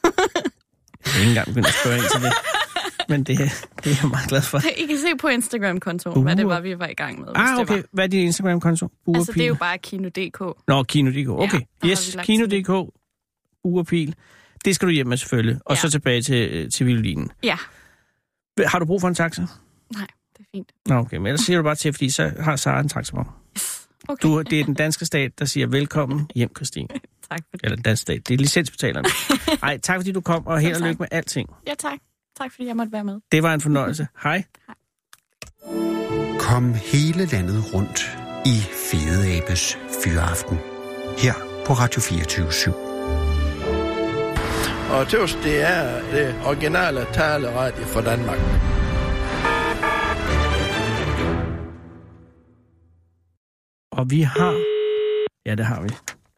er ikke engang begyndt at spørge ind til det. Men det er jeg meget glad for. I kan se på Instagram-kontoen, hvad det var, vi var i gang med. Okay. Hvad er din Instagram-konto? Altså, det er jo bare Kino.dk. Nå, Kino.dk. Okay. Ja, yes, Kino.dk. Ugerpil. Det skal du hjem med selvfølgelig. Og så tilbage til violinen. Ja. Har du brug for en taxa? Nej, det er fint. Nå, okay. Men ellers siger du bare til, fordi så har Sara en taxa på. Okay. Det er den danske stat, der siger velkommen hjem, Christine. Tak for det. Eller den danske stat. Det er licensbetalerne. Nej, tak fordi du kom, og held og lykke med alting. Ja, tak. Tak fordi jeg måtte være med. Det var en fornøjelse. Hej. Kom hele landet rundt i Fede Abes Fyraften. Her på Radio 24/7. Og tøvs, det er det originale taleradio for Danmark. Og vi har... Ja, det har vi.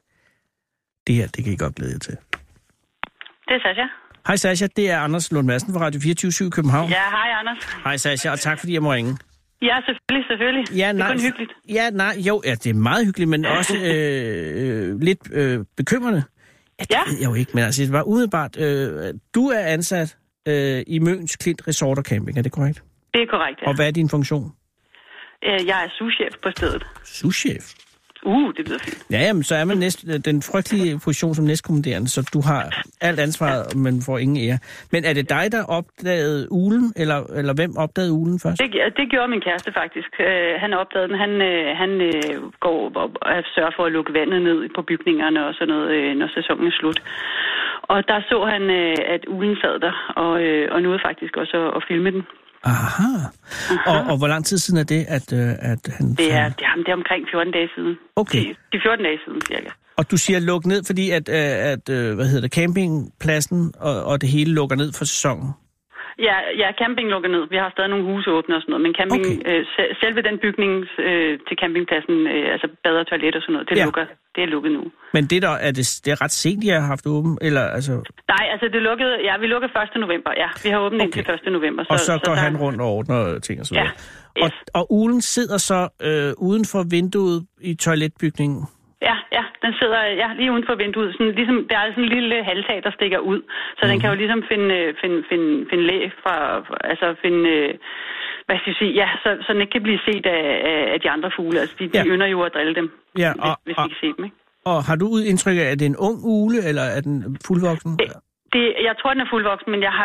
Det her, det kan I godt glæde jer til. Det er Sasha. Hej Sasha, det er Anders Lund Madsen fra Radio 24/7 København. Ja, hej Anders. Hej Sasha, og tak fordi jeg må ringe. Ja, selvfølgelig. Ja, nej, det er kun hyggeligt. Ja, nej, jo, ja, det er meget hyggeligt, men også lidt bekymrende. Ja, det ved jeg jo ikke, men altså, det var umiddelbart. Du er ansat i Møns Klint Resort og Camping, er det korrekt? Det er korrekt, ja. Og hvad er din funktion? Jeg er souschef på stedet. Souschef? Det lyder fint. Ja, jamen, så er man den frygtelige position som næstkommanderende, så du har alt ansvaret, men får ingen ære. Men er det dig, der opdagede ulen, eller hvem opdagede ulen først? Det gjorde min kæreste faktisk. Han opdagede den. Han går og sørger for at lukke vandet ned på bygningerne og sådan noget, når sæsonen er slut. Og der så han, at ulen sad der, og nåede faktisk også at filme den. Aha. Og hvor lang tid siden er det, at han... Det er omkring 14 dage siden. Okay. De 14 dage siden, cirka. Og du siger luk ned, fordi at campingpladsen og det hele lukker ned for sæsonen? Ja, camping lukker ned. Vi har stadig nogle huse åbne og sådan noget, men camping, selve den bygning til campingpladsen, altså bad og toilet og sådan noget, det er lukket nu. Men det er ret sent, I har haft åben, eller altså? Nej, altså det lukkede, vi lukkede 1. november, ja. Vi har åbnet indtil 1. november. Og så går han rundt og ordner ting og sådan noget. Og ulen sidder så uden for vinduet i toiletbygningen? Ja, den sidder lige uden for vinduet. Sådan, ligesom, der er sådan en lille halvtag, der stikker ud. Så den kan jo ligesom finde læ fra... Altså finde... hvad skal jeg sige? Ja, så den ikke kan blive set af de andre fugle. Altså, de ynder jo at drille dem, hvis vi kan se dem, ikke? Og har du indtryk af, at det er en ung ugle, eller er den fuldvoksen? Jeg tror, den er fuldvoksen, men jeg har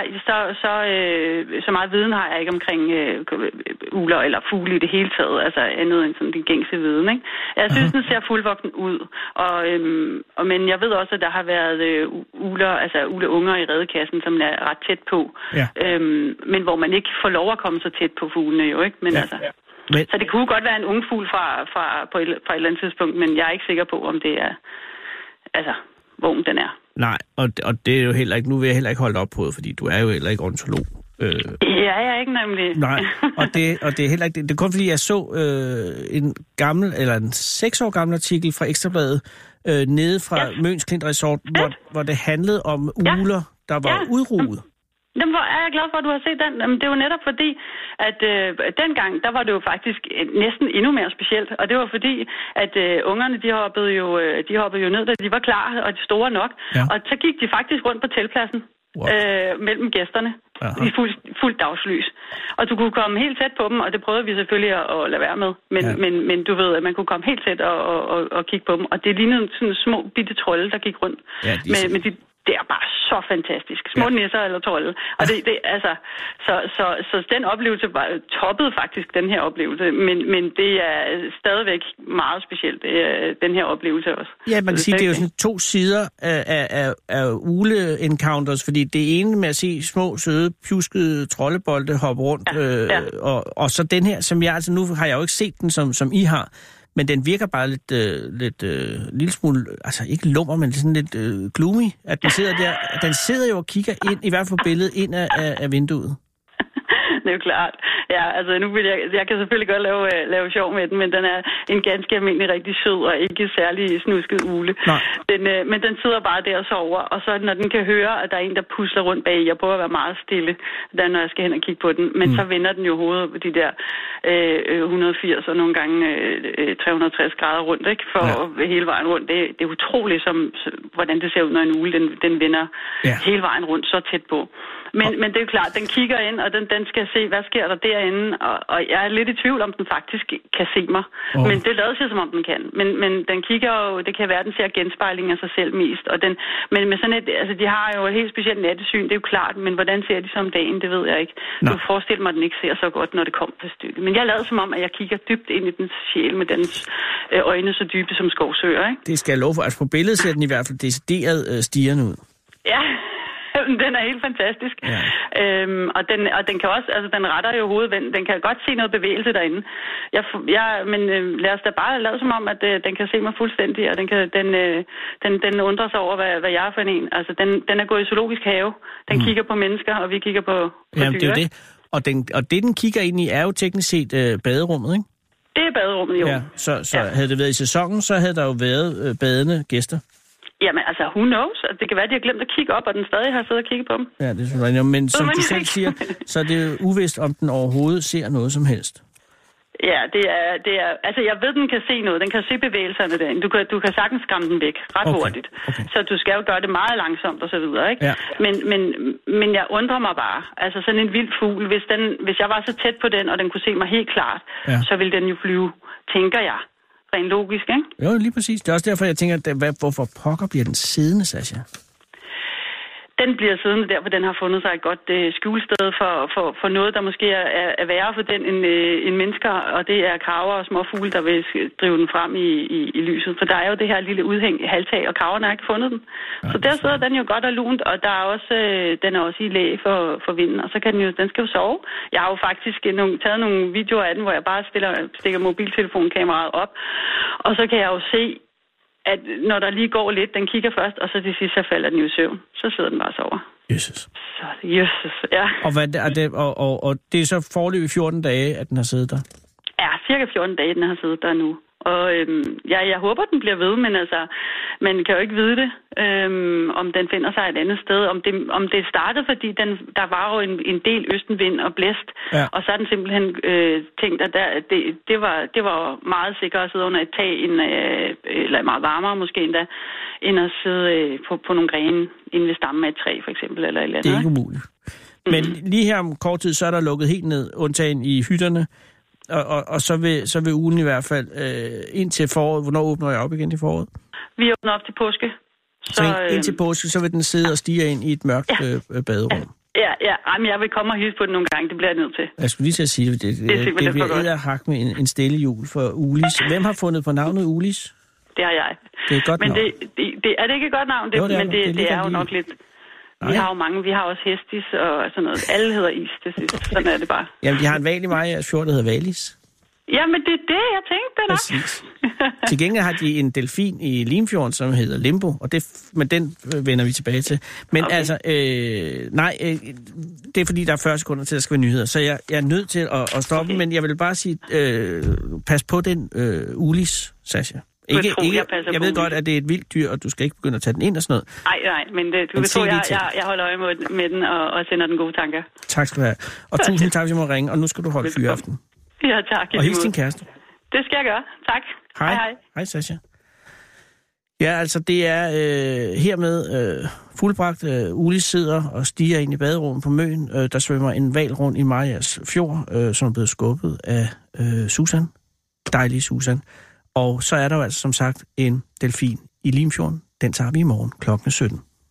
så meget viden har jeg ikke omkring ugler eller fugle i det hele taget, altså andet end sådan den gængse viden, ikke? Jeg synes, den ser fuldvoksen ud, men jeg ved også, at der har været ugleunger i redekassen, som er ret tæt på, men hvor man ikke får lov at komme så tæt på fuglene jo, ikke? Men altså... Men... Så det kunne godt være en ung fugl fra et eller andet tidspunkt, men jeg er ikke sikker på, om det er... Altså, hvor den er. Nej, og det er jo heller ikke... Nu vil jeg heller ikke holde op på det, fordi du er jo heller ikke ornitolog. Ja, jeg er ikke nemlig. Nej, og det er heller ikke det. Det er kun fordi, jeg så en 6 år gammel artikel fra Ekstrabladet nede fra Møns Klint Resort, hvor det handlede om ugler, der var udruget. Jamen, hvor er jeg glad for, at du har set den. Jamen, det er jo netop fordi, at dengang, der var det jo faktisk næsten endnu mere specielt. Og det var fordi, at ungerne, de hoppede jo ned, da de var klar, og de store nok. Ja. Og så gik de faktisk rundt på teltpladsen mellem gæsterne i fuld dagslys. Og du kunne komme helt tæt på dem, og det prøvede vi selvfølgelig at lade være med. Men du ved, at man kunne komme helt tæt og kigge på dem. Og det lignede sådan små bitte trolde, der gik rundt med de... Det er bare så fantastisk. Små nisser eller trolde. Og så den oplevelse toppede faktisk den her oplevelse. Men det er stadigvæk meget specielt, den her oplevelse også. Ja, man kan sige, det er jo sådan 2 sider af ule-encounters, fordi det ene med at se små, søde, pjuskede troldebolde hoppe rundt, og så den her, som jeg altså nu har jeg jo ikke set den, som I har. Men den virker bare lille smule, altså ikke lummer, men sådan lidt gloomy, at den sidder der. Den sidder jo og kigger ind, i hvert fald billedet, ind af vinduet. Det er jo klart. Ja, altså nu vil jeg kan selvfølgelig godt lave sjov med den, men den er en ganske almindelig, rigtig sød og ikke særlig snusket ule. Men den sidder bare der og sover, og så når den kan høre, at der er en, der pusler rundt bag, jeg prøver at være meget stille, når jeg skal hen og kigge på den, men så vender den jo hovedet på de der 180 og nogle gange 360 grader rundt, ikke? For hele vejen rundt. Det er utroligt, hvordan det ser ud, når en ule den vender hele vejen rundt så tæt på. Men det er jo klart, den kigger ind, og den skal se, hvad sker der derinde, og jeg er lidt i tvivl, om den faktisk kan se mig. Men det lader sig, som om den kan. Men den kigger jo, det kan være, den ser genspejling af sig selv mest. Og men med sådan et, altså de har jo et helt specielt nattesyn, det er jo klart, men hvordan ser de så om dagen, det ved jeg ikke. Jeg kan forestille mig, at den ikke ser så godt, når det kommer til stykket. Men jeg lader som om, at jeg kigger dybt ind i dens sjæl med dens øjne så dybe som skovsøer, ikke? Det skal jeg love for. Altså på billedet ser den i hvert fald decideret stirrende ud. Ja. Den er helt fantastisk. Ja. Og den kan også, altså den retter jo hovedet, den kan godt se noget bevægelse derinde. Men lad os da bare lade som om, at den kan se mig fuldstændig, og den undrer sig over, hvad jeg er for en. Altså den er gået i zoologisk have. Den kigger på mennesker, og vi kigger på dyr. Det er jo det. Og det, den kigger ind i, er jo teknisk set baderummet, ikke? Det er baderummet, jo. Ja, så havde det været i sæsonen, så havde der jo været badende gæster. Jamen, altså, who knows? Det kan være, at de har glemt at kigge op, og den stadig har siddet og kigget på dem. Ja, det synes jeg. Men som du selv siger, så er det jo uvist, om den overhovedet ser noget som helst. Ja, det er... Altså, jeg ved, den kan se noget. Den kan se bevægelserne derinde. Du kan sagtens skræmme den væk ret hurtigt. Okay. Så du skal jo gøre det meget langsomt og så videre, ikke? Ja. Men jeg undrer mig bare. Altså, sådan en vild fugl, hvis jeg var så tæt på den, og den kunne se mig helt klart, så ville den jo flyve, tænker jeg. Rent logisk, ikke? Jo, lige præcis. Det er også derfor, jeg tænker, hvorfor pokker bliver den siddende, Sascha? Den bliver siddende der, for den har fundet sig et godt skjulested for noget, der måske er værre for den end mennesker, og det er kraver og små fugle, der vil drive den frem i lyset. For der er jo det her lille udhæng i halvtag, og kraverne har ikke fundet den. Ja, så der sidder den jo godt og lunt, og der er også, den er også i læ for vinden, og så kan den skal jo sove. Jeg har jo faktisk taget nogle videoer af den, hvor jeg bare stikker mobiltelefonkameraet op, og så kan jeg jo se, at når der lige går lidt, den kigger først, og så til sidst, så falder den i søvn. Så sidder den bare og sover. Jesus. Så Jesus, ja. Og det er så foreløbig 14 dage, at den har siddet der? Ja, cirka 14 dage, den har siddet der nu. Og jeg håber, den bliver ved, men altså, man kan jo ikke vide det, om den finder sig et andet sted. Om det startede, fordi der var jo en del østenvind og blæst, og så er den simpelthen tænkt, at det var meget sikkert at sidde under et tag, eller meget varmere måske endda, end at sidde på nogle grene inde ved stammen af et træ, for eksempel, eller et eller andet. Det er ikke umuligt. Men lige her om kort tid, så er der lukket helt ned, undtagen i hytterne. Og så vil ugen i hvert fald ind til foråret. Hvornår åbner jeg op igen i foråret? Vi åbner op til påske. Så ind til påske, så vil den sidde og stige ind i et mørkt baderum. Ja. Jamen, jeg vil komme og hilse på den nogle gange. Det bliver jeg nødt til. Jeg skulle lige til at sige, det bliver edderhak med en stille jul for Ulis. Hvem har fundet på navnet Ulis? Det har jeg. Det er et godt navn. Men det er det ikke et godt navn? Det er jo nok lidt... Vi har jo mange. Vi har også Hestis og sådan noget. Alle hedder Is til sidst. Sådan er det bare. Jamen, de har en valg i mig, der hedder Valis. Jamen, det er det, jeg tænkte da. Præcis. Til gengæld har de en delfin i Limfjorden, som hedder Limbo, og men den vender vi tilbage til. Men okay. Altså, det er fordi, der er 40 sekunder til, der skal være nyheder, så jeg er nødt til at stoppe, men jeg vil bare sige, pas på den ulis, Sasha. Jeg ved godt, at det er et vildt dyr, og du skal ikke begynde at tage den ind og sådan noget. Nej, men du vil tro, jeg holder øje med den og sender den gode tanker. Tak skal du have. Og tusind tak, for at ringe, og nu skal du holde fyraften. Ja, tak. Og hils din kæreste. Det skal jeg gøre. Tak. Hej. Hej, Sasha. Ja, altså det er hermed fuldbragt. Ulis sidder og stiger ind i baderummet på Møn. Der svømmer en hval rundt i Marias fjord, som er blevet skubbet af Susan. Dejlige Susan. Og så er der jo altså som sagt en delfin i Limfjorden. Den tager vi i morgen klokken 17.